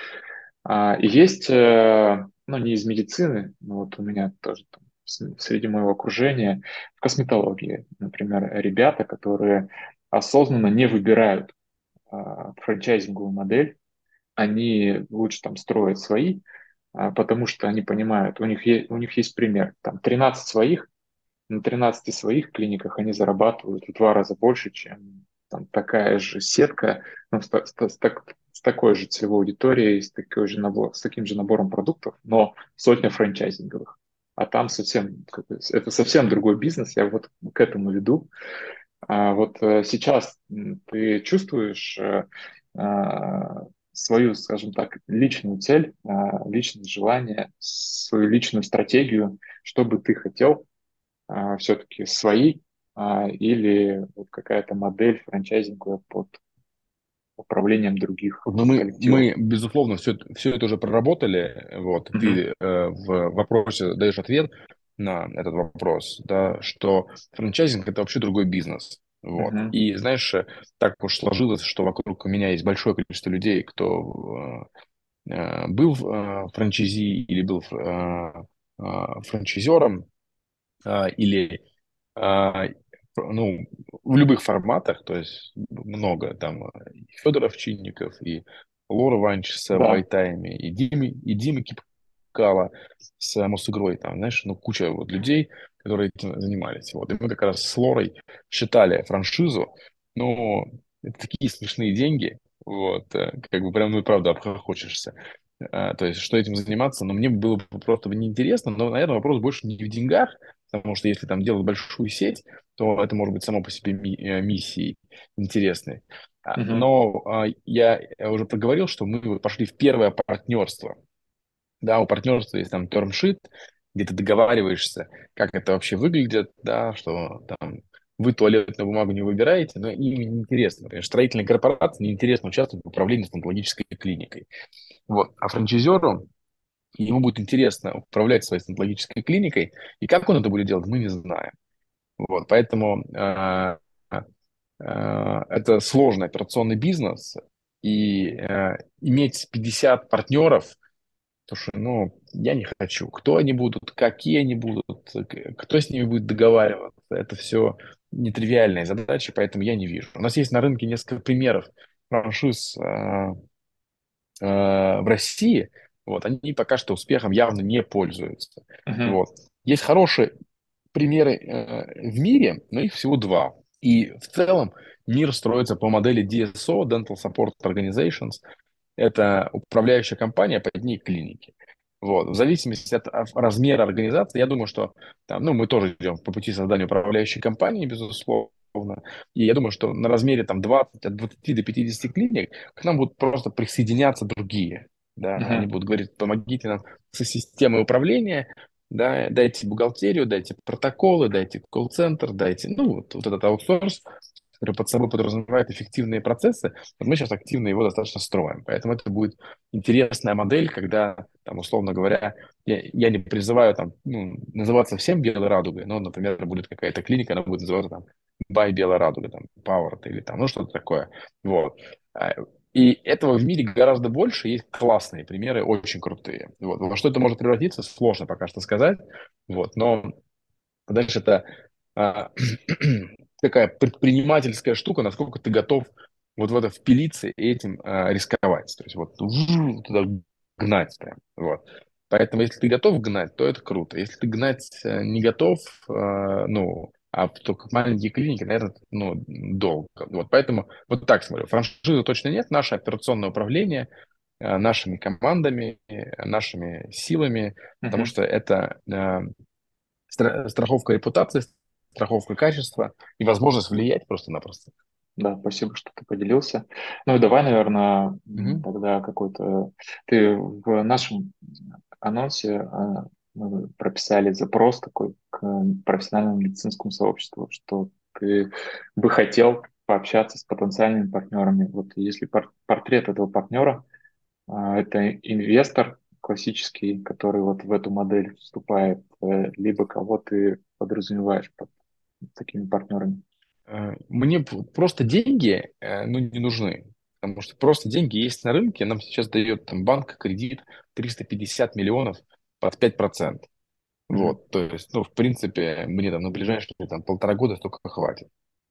Speaker 1: А, и есть, э, ну, не из медицины, но вот у меня тоже там с- среди моего окружения в косметологии, например, ребята, которые осознанно не выбирают а, франчайзинговую модель, они лучше там строят свои, а, потому что они понимают, у них, есть, у них есть пример, там тринадцать своих, на тринадцати своих клиниках они зарабатывают в два раза больше, чем там, такая же сетка, ну, с, та- с та- с так- с такой же целевой аудиторией, с, такой же набор, с таким же набором продуктов, но сотня франчайзинговых. А там совсем, как бы, это совсем другой бизнес, я вот к этому веду. А вот э, сейчас м, ты чувствуешь э, а, свою, скажем так, личную цель, а, личное желание, свою личную стратегию, что бы ты хотел все-таки свои а, или вот какая-то модель франчайзинговая под управлением других
Speaker 2: Вот, но мы,
Speaker 1: коллективов.
Speaker 2: мы, безусловно, все, все это уже проработали. Вот,
Speaker 1: Мгм.
Speaker 2: ты э, в вопросе даешь ответ на этот вопрос, да, что франчайзинг — это вообще другой бизнес. Вот.
Speaker 1: Мгм.
Speaker 2: И знаешь, э, так уж сложилось, что вокруг меня есть большое количество людей, кто э, э, был э, франчайзи или был э, э, франчайзером, э, или а, ну, в любых форматах, то есть много там э, и Федоров Чинников, и Лора Ванчеса в
Speaker 1: Да.
Speaker 2: Вайтайме, и Димы, и Димы Кипкала с э, Мосигрой, там, знаешь, ну, куча вот людей, которые этим занимались. Вот. И мы как раз с Лорой считали франшизу, но это такие смешные деньги, вот, э, как бы прям, ну, и правда, обхохочешься. А, То есть, что этим заниматься, но мне было бы просто бы неинтересно, но, наверное, вопрос больше не в деньгах, потому что если там делать большую сеть, то это может быть само по себе ми- э, миссией интересной. А,
Speaker 1: Мгм.
Speaker 2: Но а, я уже проговорил, что мы вот пошли в первое партнерство Да, у партнерства есть там термшит, где ты договариваешься, как это вообще выглядит, да, что там вы туалетную бумагу не выбираете, но им неинтересно. Например, строительной корпорации неинтересно участвовать в управлении стоматологической клиникой. Вот. А франчайзеру, ему будет интересно управлять своей стоматологической клиникой, и как он это будет делать, мы не знаем. Вот. Поэтому э, э, это сложный операционный бизнес, и э, иметь пятьдесят партнеров. Слушай, ну, я не хочу. Кто они будут, какие они будут, к- кто с ними будет договариваться, это все нетривиальные задачи, поэтому я не вижу. У нас есть на рынке несколько примеров франшиз э, э, в России, вот, они пока что успехом явно не пользуются.
Speaker 1: Мгм.
Speaker 2: Вот. Есть хорошие примеры э, в мире, но их всего два. И в целом мир строится по модели ди эс о, Dental Support Organizations. Это управляющая компания, под ней клиники. Вот. В зависимости от от размера организации, я думаю, что там, ну, мы тоже идем по пути создания управляющей компании, безусловно. И я думаю, что на размере там двадцать, от двадцати до пятидесяти клиник к нам будут просто присоединяться другие. Да? Они
Speaker 1: Мгм.
Speaker 2: будут говорить, помогите нам со системой управления, да, дайте бухгалтерию, дайте протоколы, дайте колл-центр, дайте, ну, вот, вот этот аутсорс, который под собой подразумевает эффективные процессы. Вот мы сейчас активно его достаточно строим. Поэтому это будет интересная модель, когда, там, условно говоря, я, я не призываю там, ну, называться всем белой радугой, но, например, будет какая-то клиника, она будет называться там Бай Белая Радуга, там, Power или там, ну, что-то такое. Вот. А, И этого в мире гораздо больше, есть классные примеры, очень крутые. Вот. Во что это может превратиться, сложно пока что сказать. Вот. Но дальше это а, такая предпринимательская штука, насколько ты готов вот в это впилиться и этим а, рисковать. То есть вот туда гнать прям. Вот. Поэтому если ты готов гнать, то это круто. Если ты гнать э, не готов, э, ну, а только маленькие клиники, наверное, ну, долго. Вот поэтому вот так смотрю. Франшизы точно нет. Наше операционное управление э, нашими командами, э, нашими силами, потому
Speaker 1: Мгм.
Speaker 2: что это э, стра- страховка репутации, страховка качества и возможность влиять просто-напросто.
Speaker 1: Да, спасибо, что ты поделился. Ну и давай, наверное,
Speaker 2: Мгм.
Speaker 1: тогда какой-то... Ты в нашем анонсе а, мы прописали запрос такой к профессиональному медицинскому сообществу, что ты бы хотел пообщаться с потенциальными партнерами. Вот если пор- портрет этого партнера, а, это инвестор классический, который вот в эту модель вступает, э, либо кого ты подразумеваешь под такими партнерами.
Speaker 2: Э, Мне п- просто деньги, э, ну, не нужны. Потому что просто деньги есть на рынке. Нам сейчас дает там банк кредит триста пятьдесят миллионов под пять процентов.
Speaker 1: Мгм.
Speaker 2: Вот, то есть, ну, в принципе, мне там на ближайшие там, полтора года столько хватит.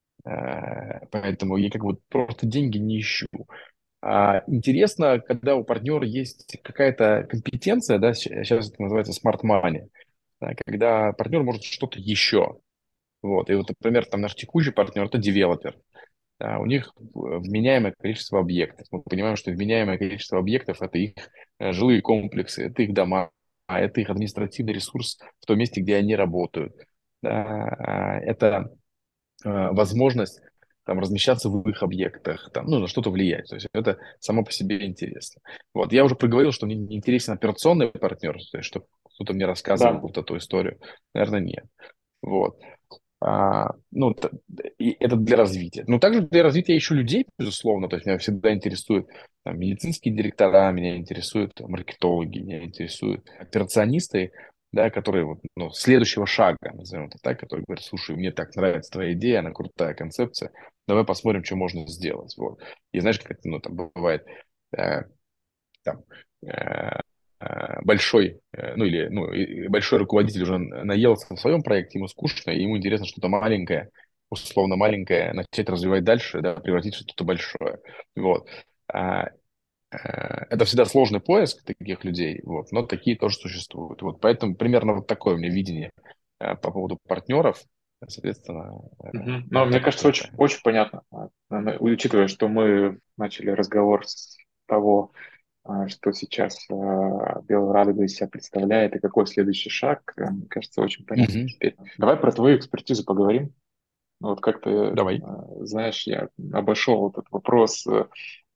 Speaker 2: Э, Поэтому я как бы просто деньги не ищу. А интересно, когда у партнера есть какая-то компетенция, да, сейчас это называется smart money, да, когда партнер может что-то еще. Вот. И вот, например, там наш текущий партнер– это девелопер. Да, у них э, вменяемое количество объектов. Мы понимаем, что вменяемое количество объектов– это их э, жилые комплексы, это их дома, а это их административный ресурс в том месте, где они работают. Да, а, это э, возможность там, размещаться в их объектах, там, ну, на что-то влиять. То есть это само по себе интересно. Вот. Я уже проговорил, что мне не интересен операционный партнер, то есть что кто-то мне рассказывал
Speaker 1: Да,
Speaker 2: вот эту историю. Наверное, нет. Вот. А, ну, т- и это для развития. Но также для развития еще людей, безусловно. То есть меня всегда интересуют там, медицинские директора, меня интересуют маркетологи, меня интересуют операционисты, да, которые вот, ну, следующего шага, назовем это так, которые говорят, слушай, мне так нравится твоя идея, она крутая концепция, давай посмотрим, что можно сделать. Вот. И знаешь, как это ну, там бывает, э, там, э, э, большой, э, ну или ну, и- и большой руководитель уже наелся в своем проекте, ему скучно, и ему интересно что-то маленькое, условно маленькое, начать развивать дальше, да, превратить в что-то большое. Вот. А, э, это всегда сложный поиск таких людей, вот, но такие тоже существуют. Вот, поэтому примерно вот такое у меня видение э, по поводу партнеров. Соответственно, э,
Speaker 1: мгм. Но
Speaker 2: вот
Speaker 1: мне
Speaker 2: такая
Speaker 1: кажется, очень,
Speaker 2: история.
Speaker 1: очень понятно, а, а, учитывая, что мы начали разговор с того, а, что сейчас а, Белая Радуга из себя представляет и какой следующий шаг, э, мне кажется, очень понятно
Speaker 2: Мгм.
Speaker 1: теперь. Давай про твою экспертизу поговорим. Ну, вот как ты,
Speaker 2: Давай.
Speaker 1: а, знаешь, я обошел этот вопрос э,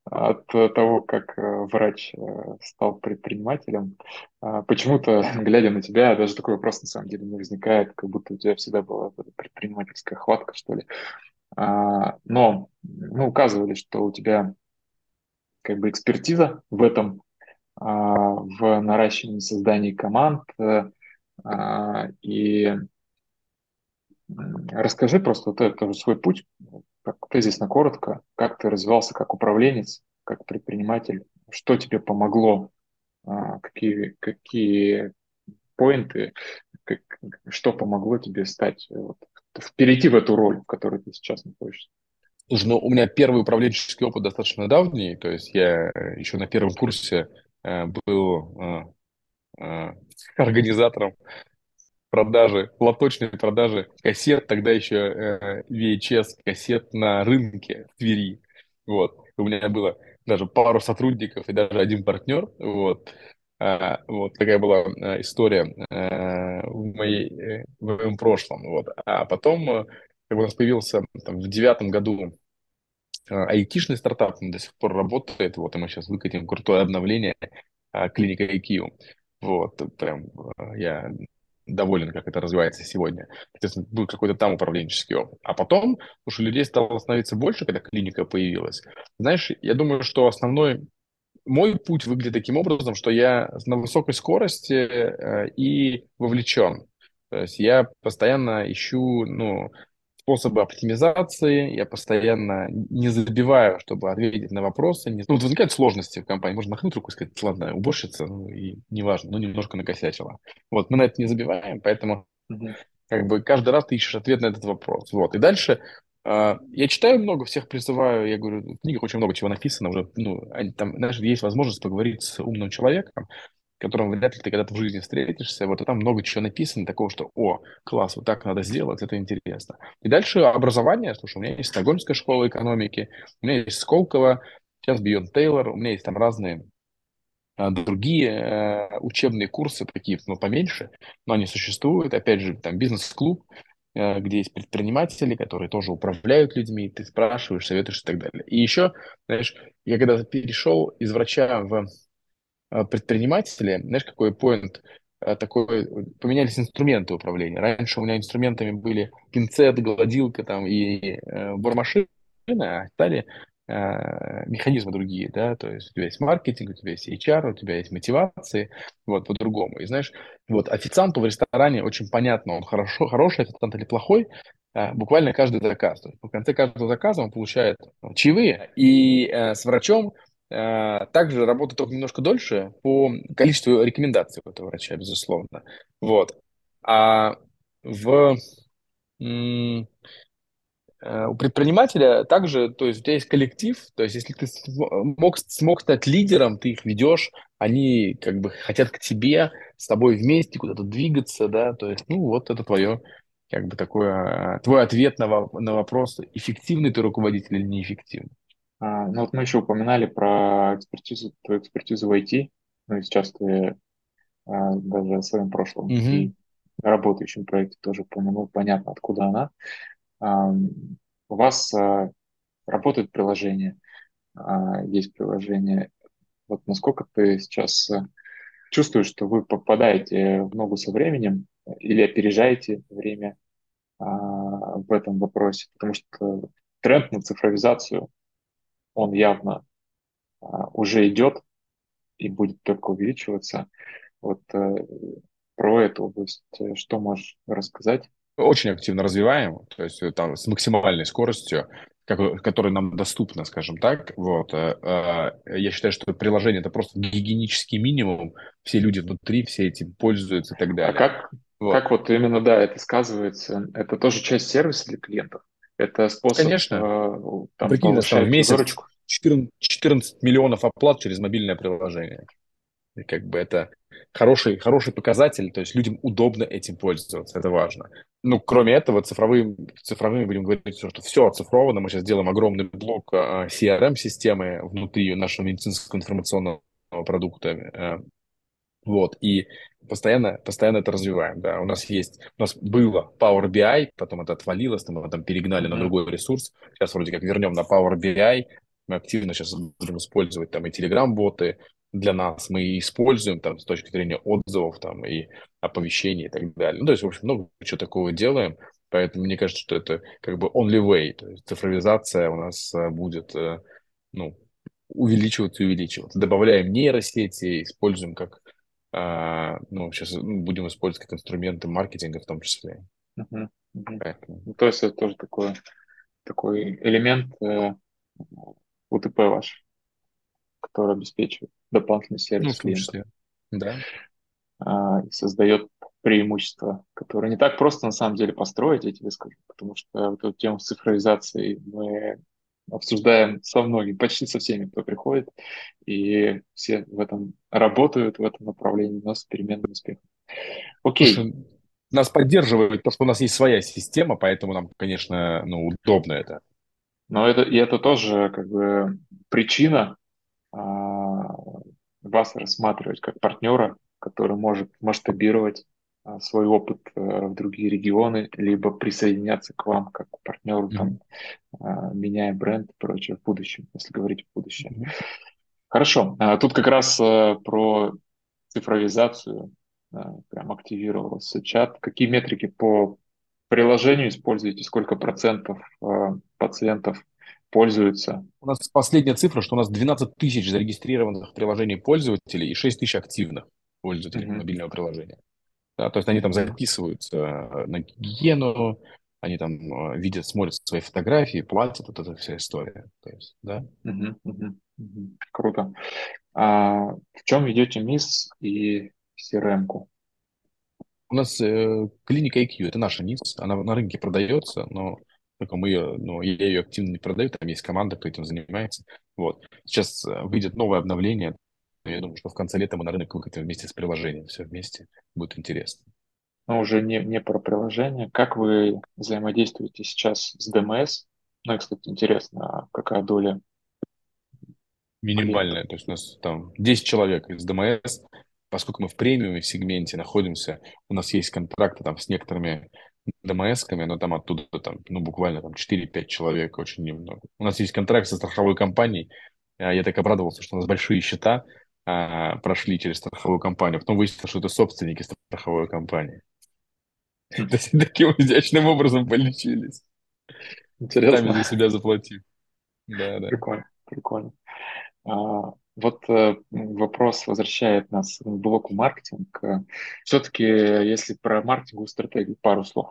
Speaker 1: от того, как э, врач э, стал предпринимателем. А, Почему-то, глядя на тебя, даже такой вопрос на самом деле не возникает, как будто у тебя всегда была вот эта предпринимательская хватка, что ли. А, Но мы указывали, что у тебя как бы экспертиза в этом, а, в наращивании, создании команд. э, а, И м, расскажи просто вот это, тоже свой путь, как тезисно коротко, как ты развивался как управленец, как предприниматель, что тебе помогло, а, какие, какие поинты, как- что помогло тебе стать, э, вот, в- перейти в эту роль, в которой ты сейчас находишься.
Speaker 2: Слушай, ну, у меня первый управленческий опыт достаточно давний, то есть я э, еще на первом курсе э, был э, э, организатором продажи, лоточной продажи кассет, тогда еще э, ви эйч эс кассет на рынке в Твери. Вот. У меня было даже пару сотрудников и даже один партнер. Вот. А, вот такая была э, история э, в моей, э, в моем прошлом. Вот. А потом э, как бы у нас появился там, в девятом году э, айтишный стартап, он до сих пор работает. Вот, и мы сейчас выкатим крутое обновление э, клиника ай кью. Вот, прям э, я доволен, как это развивается сегодня. Соответственно, был какой-то там управленческий опыт. А потом, потому что людей стало становиться больше, когда клиника появилась. Знаешь, я думаю, что основной мой путь выглядит таким образом, что я на высокой скорости э, и вовлечен. То есть я постоянно ищу, ну, способы оптимизации, я постоянно не забиваю, чтобы ответить на вопросы. Не- Ну, вот возникают сложности в компании, можно махнуть руку и сказать, ладно, уборщица, ну, и неважно, ну, немножко накосячила. Вот, мы на это не забиваем, поэтому
Speaker 1: Мгм.
Speaker 2: как бы каждый раз ты ищешь ответ на этот вопрос. Вот. И дальше э, я читаю много, всех призываю, я говорю, в книгах очень много чего написано уже, ну, они, там, знаешь, есть возможность поговорить с умным человеком, которым вряд ли ты когда-то в жизни встретишься, вот, и там много чего написано такого, что, о, класс, вот так надо сделать, это интересно. И дальше образование, слушай, у меня есть Стокгольмская школа экономики, у меня есть Сколково, сейчас Бьон Тейлор, у меня есть там разные а, другие э, учебные курсы, такие, ну, поменьше, но они существуют. Опять же, там бизнес-клуб, э, где есть предприниматели, которые тоже управляют людьми, ты спрашиваешь, советуешь и так далее. И еще, знаешь, я когда перешел из врача в э, предпринимателя, знаешь, какой поинт э, такой, поменялись инструменты управления. Раньше у меня инструментами были пинцет, гладилка там и э, бормашина, а стали э, механизмы другие, да, то есть у тебя есть маркетинг, у тебя есть эйч ар, у тебя есть мотивации, вот, по-другому. И знаешь, вот официанту в ресторане очень понятно, он хорошо, хороший официант или плохой, а, буквально каждый заказ. То есть в конце каждого заказа он получает ну, чаевые, и э, с врачом Э, Также работает только немножко дольше по количеству рекомендаций у этого врача, безусловно. Вот. А в, м, э, у предпринимателя также, то есть у тебя есть коллектив, то есть если ты см- мог, смог стать лидером, ты их ведешь, они как бы хотят к тебе, с тобой вместе куда-то двигаться, да, то есть, ну, вот это твое, как бы такое, э, твой ответ на, во- на вопрос, эффективный ты руководитель или неэффективный.
Speaker 1: А, ну вот мы еще упоминали про экспертизу, твою экспертизу в ай ти, ну и сейчас ты а, даже о своем прошлом
Speaker 2: Мгм.
Speaker 1: и работающем проекте тоже упомянул, понятно, откуда она. А, У вас а, работает приложение, а, есть приложение. Вот насколько ты сейчас а, чувствуешь, что вы попадаете в ногу со временем или опережаете время а, в этом вопросе? Потому что тренд на цифровизацию, он явно а, уже идет и будет только увеличиваться. Вот э, про эту область э, что можешь рассказать?
Speaker 2: Очень активно развиваем, то есть э, там с максимальной скоростью, как- которая нам доступна, скажем так. Вот. э, э, Я считаю, что приложение — это просто гигиенический минимум. Все люди внутри, все этим пользуются и так
Speaker 1: А
Speaker 2: далее.
Speaker 1: как,
Speaker 2: Вот.
Speaker 1: как вот именно, да, это сказывается? Это тоже часть сервиса для клиентов? Это способ
Speaker 2: Конечно.
Speaker 1: э,
Speaker 2: Ну,
Speaker 1: там
Speaker 2: прикинь, у нас там в
Speaker 1: повышать
Speaker 2: месяц
Speaker 1: выручку?
Speaker 2: четырнадцать, четырнадцать миллионов оплат через мобильное приложение. И как бы это хороший, хороший показатель, то есть людям удобно этим пользоваться, это важно. Ну, кроме этого, цифровые, цифровыми будем говорить, что все оцифровано. Мы сейчас делаем огромный блок а, си ар эм-системы внутри нашего медицинского информационного продукта. э, Вот, и постоянно, постоянно это развиваем, да. У нас есть, у нас было Power би ай, потом это отвалилось, мы там перегнали на
Speaker 1: Мгм.
Speaker 2: другой ресурс. Сейчас вроде как вернем на Power би ай, Мы активно сейчас будем использовать там и Telegram-боты для нас. Мы и используем там с точки зрения отзывов там и оповещений и так далее. Ну, то есть, в общем, много чего такого делаем. Поэтому мне кажется, что это как бы only way. То есть цифровизация у нас э, будет, э, ну, увеличиваться и увеличиваться. Добавляем нейросети, используем как, а, ну, сейчас будем использовать как инструменты маркетинга в том числе.
Speaker 1: Мгм, мгм.
Speaker 2: Поэтому,
Speaker 1: Ну, то есть это тоже такой, такой элемент э, У Т П ваш, который обеспечивает дополнительный
Speaker 2: ну,
Speaker 1: сервис
Speaker 2: в том
Speaker 1: клиенту
Speaker 2: числе, да.
Speaker 1: а, и создает преимущества, которые не так просто на самом деле построить, я тебе скажу, потому что вот эту тему цифровизации мы обсуждаем со многими, почти со всеми, кто приходит, и все в этом работают, в этом направлении, но с переменным успехом. Окей,
Speaker 2: Слушай, нас поддерживает то, что у нас есть своя система, поэтому нам, конечно, ну, удобно это.
Speaker 1: но это, и это тоже как бы причина а, вас рассматривать как партнера, который может масштабировать а, свой опыт э, в другие регионы, либо присоединяться к вам как к партнеру, там,
Speaker 2: Мгм.
Speaker 1: а, меняя бренд и прочее в будущем, если говорить в будущее.
Speaker 2: Мгм.
Speaker 1: Хорошо. А, Тут как раз э, про цифровизацию э, прям активировался чат. Какие метрики по приложению используете? Сколько процентов э, пациентов пользуются?
Speaker 2: У нас последняя цифра, что у нас двенадцать тысяч зарегистрированных приложений пользователей и шесть тысяч активных пользователей
Speaker 1: Мгм.
Speaker 2: мобильного приложения. Да, то есть они там
Speaker 1: Мгм.
Speaker 2: записываются э, на гигиену, они там э, видят, смотрят свои фотографии, платят, вот эта вся история. То есть, да.
Speaker 1: Мгм. Мгм. Мгм. Круто. А в чем ведете МИС и C R M-ку?
Speaker 2: У нас э, клиника ай кью, это наша низ, она на рынке продается, но только мы ее, ну, я ее активно не продаю, там есть команда, кто этим занимается. Вот. Сейчас э, выйдет новое обновление, я думаю, что в конце лета мы на рынок выкатим вместе с приложением, все вместе, будет интересно.
Speaker 1: Но уже не, не про приложение. Как вы взаимодействуете сейчас с D M S? Ну и, кстати, интересно, а какая доля клиентов?
Speaker 2: Минимальная, то есть у нас там десять человек из д эм эс, поскольку мы в премиуме сегменте находимся, у нас есть контракты там с некоторыми д эм эс-ками, но там оттуда там, ну, буквально там четыре-пять человек, очень немного. У нас есть контракт со страховой компанией, а, я так обрадовался, что у нас большие счета а, прошли через страховую компанию, потом выяснилось, что это собственники страховой компании.
Speaker 1: Хм,
Speaker 2: То есть таким изящным образом полечились, сами
Speaker 1: Интересно.
Speaker 2: за себя заплатив. Да, да.
Speaker 1: Прикольно, прикольно. А, вот э, вопрос возвращает нас к блоку маркетинг. Все-таки, если про маркетинговую стратегию, пару слов.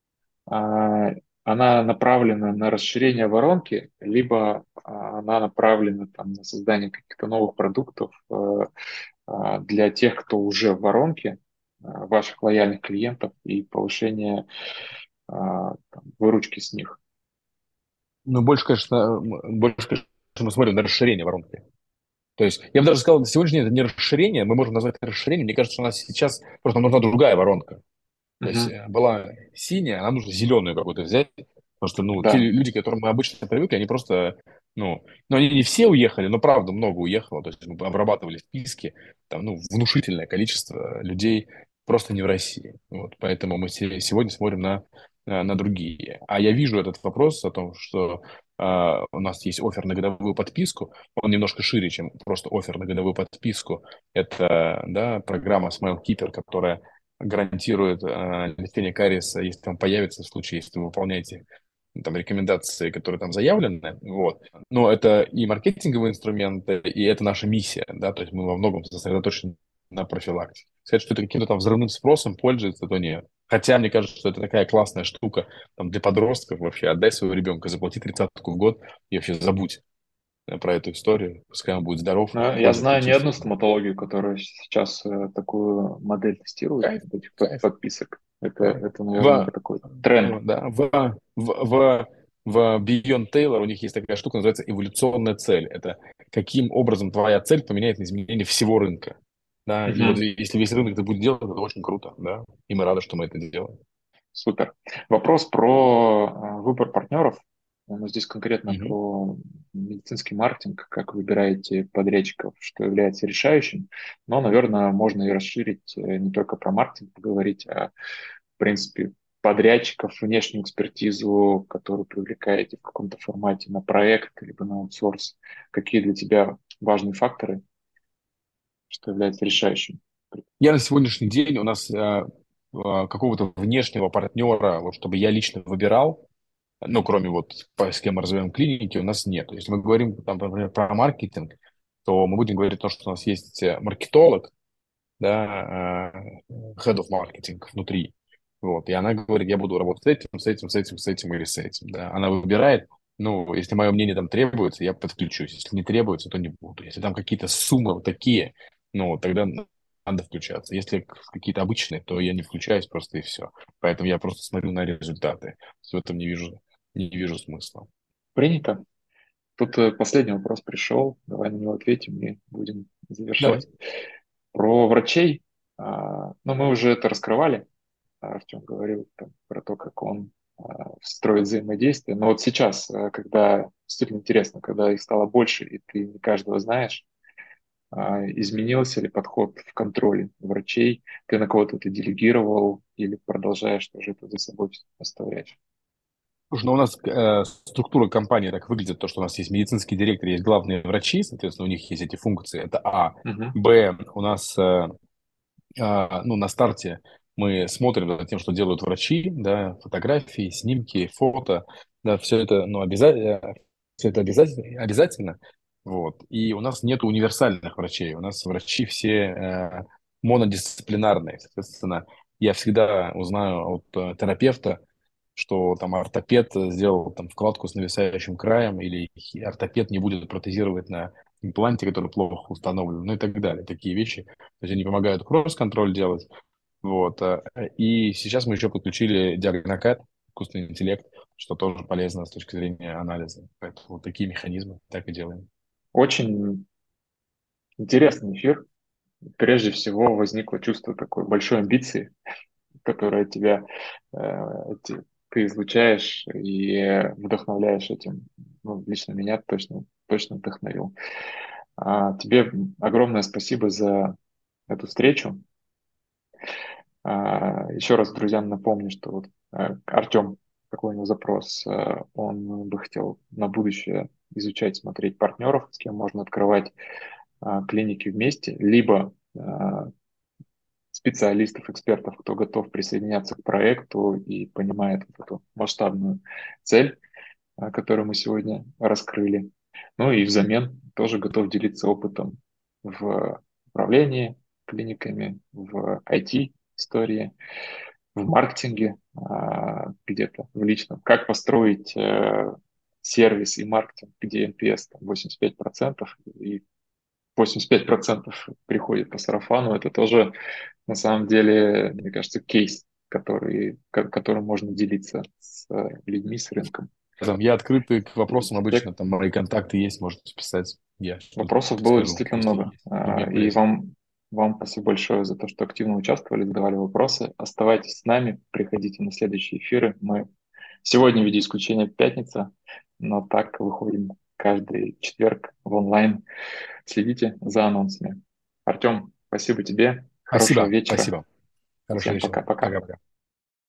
Speaker 1: А, она направлена на расширение воронки, либо а, она направлена там, на создание каких-то новых продуктов э, а, для тех, кто уже в воронке, а, ваших лояльных клиентов и повышение а, там, выручки с них.
Speaker 2: Ну, больше, конечно, м, больше, конечно, мы смотрим на расширение воронки. То есть, я бы даже сказал, сегодняшнее это не расширение, мы можем назвать это расширением. Мне кажется, что у нас сейчас просто нужна другая воронка. То есть,
Speaker 1: Мгм.
Speaker 2: э, была синяя, нам нужно зеленую какую-то взять. Потому что, ну, те
Speaker 1: Да.
Speaker 2: люди, к которым мы обычно привыкли, они просто, ну, ну, они не все уехали, но, правда, много уехало. То есть, мы обрабатывали списки, там, ну, внушительное количество людей просто не в России. Вот, поэтому мы се- сегодня смотрим на, на, на другие. А я вижу этот вопрос о том, что а, у нас есть оффер на годовую подписку, он немножко шире, чем просто оффер на годовую подписку. Это, да, программа SmileKeeper, которая гарантирует э, лечение кариеса, если там появится в случае, если вы выполняете ну, там рекомендации, которые там заявлены, вот. Но это и маркетинговые инструменты, и это наша миссия, да, то есть мы во многом сосредоточены на профилактике. Сказать, что это каким-то там взрывным спросом пользуется, то нет. Хотя мне кажется, что это такая классная штука там, для подростков вообще. Отдай своего ребенка, заплати тридцатку в год и вообще забудь э, про эту историю. Пускай он будет здоров,
Speaker 1: Но я
Speaker 2: ходит,
Speaker 1: знаю не одну
Speaker 2: учится.
Speaker 1: стоматологию, которая сейчас э, такую модель тестирует,
Speaker 2: Кайф,
Speaker 1: вот этих под-
Speaker 2: кайф.
Speaker 1: подписок. Это,
Speaker 2: Да.
Speaker 1: это, наверное,
Speaker 2: В,
Speaker 1: такой тренд.
Speaker 2: да, в, в, в, в Beyond Taylor у них есть такая штука, называется эволюционная цель. Это каким образом твоя цель поменяет на изменение всего рынка. Да, и вот
Speaker 1: Мгм.
Speaker 2: если весь рынок это будет делать, это очень круто, да, и мы рады, что мы это делаем.
Speaker 1: Супер. Вопрос про э, выбор партнеров. Ну, здесь конкретно
Speaker 2: Мгм.
Speaker 1: про медицинский маркетинг, как выбираете подрядчиков, что является решающим. Но, наверное, можно и расширить э, не только про маркетинг поговорить, а в принципе подрядчиков, внешнюю экспертизу, которую привлекаете в каком-то формате на проект, либо на аутсорс? Какие для тебя важные факторы, что является решающим?
Speaker 2: Я на сегодняшний день у нас э, э, какого-то внешнего партнера, вот, чтобы я лично выбирал, ну, кроме вот по- с кем мы развиваем клиники, у нас нет. Если мы говорим, там, например, про маркетинг, то мы будем говорить о том, что у нас есть э, маркетолог, да, э, head of marketing внутри. Вот, и она говорит, я буду работать с этим, с этим, с этим, с этим или с этим. Да. Она выбирает, ну, если мое мнение там требуется, я подключусь. Если не требуется, то не буду. Если там какие-то суммы вот такие, ну, тогда надо включаться. Если какие-то обычные, то я не включаюсь просто и все. Поэтому я просто смотрю на результаты. В этом не вижу, не вижу смысла.
Speaker 1: Принято. Тут э, последний вопрос пришел. Давай на него ответим и будем
Speaker 2: Давай.
Speaker 1: завершать. Про врачей. А, ну, мы уже это раскрывали. Артем говорил там, про то, как он а, строит взаимодействие. Но вот сейчас, а, когда действительно интересно, когда их стало больше, и ты не каждого знаешь, а, изменился ли подход в контроле врачей? Ты на кого-то это делегировал или продолжаешь тоже это за собой оставлять?
Speaker 2: Слушай, ну у нас э, структура компании так выглядит, то, что у нас есть медицинский директор, есть главные врачи, соответственно, у них есть эти функции. Это А.
Speaker 1: Мгм.
Speaker 2: Б. У нас э, а, ну, на старте мы смотрим за тем, что делают врачи, да, фотографии, снимки, фото, да, все это, ну, обязательно, все это обязательно, обязательно, вот. И у нас нет универсальных врачей, у нас врачи все э, монодисциплинарные, соответственно, я всегда узнаю от э, терапевта, что там ортопед сделал там вкладку с нависающим краем, или хи- ортопед не будет протезировать на импланте, который плохо установлен, ну и так далее. Такие вещи. То есть они помогают кросс-контроль делать. Вот. э, И сейчас мы еще подключили диагнокат, искусственный интеллект, что тоже полезно с точки зрения анализа. Поэтому вот такие механизмы так и делаем.
Speaker 1: Очень интересный эфир. Прежде всего возникло чувство такой большой амбиции, которое от тебя э, те- ты излучаешь и вдохновляешь этим. Ну, лично меня точно, точно вдохновил. А, тебе огромное спасибо за эту встречу. А, еще раз друзьям напомню, что вот э, Артем, какой у него запрос, э, он бы хотел на будущее изучать, смотреть партнеров, с кем можно открывать а, клиники вместе, либо а, специалистов, экспертов, кто готов присоединяться к проекту и понимает вот эту масштабную цель, а, которую мы сегодня раскрыли. Ну и взамен тоже готов делиться опытом в управлении клиниками, в I T-истории, в маркетинге, а, где-то в личном. Как построить э, сервис и маркетинг, где Н П S там восемьдесят пять процентов и восемьдесят пять процентов приходит по сарафану. Это тоже, на самом деле, мне кажется, кейс, который, ко- которым можно делиться с э, людьми, с рынком.
Speaker 2: Там, я открытый к вопросам
Speaker 1: Те-
Speaker 2: обычно, там мои контакты есть, можете писать, я что-то
Speaker 1: Вопросов было
Speaker 2: скажу,
Speaker 1: действительно
Speaker 2: если
Speaker 1: много.
Speaker 2: есть
Speaker 1: А,
Speaker 2: мне
Speaker 1: И
Speaker 2: полезно.
Speaker 1: вам, вам спасибо большое за то, что активно участвовали, задавали вопросы. Оставайтесь с нами, приходите на следующие эфиры. Мы сегодня, в виде исключения, пятница, но так выходим каждый четверг в онлайн. Следите за анонсами. Артем, спасибо тебе. Хорошего
Speaker 2: Спасибо,
Speaker 1: вечера.
Speaker 2: спасибо. Хорошего
Speaker 1: Всем
Speaker 2: вечера.
Speaker 1: пока-пока.
Speaker 2: Пока-пока.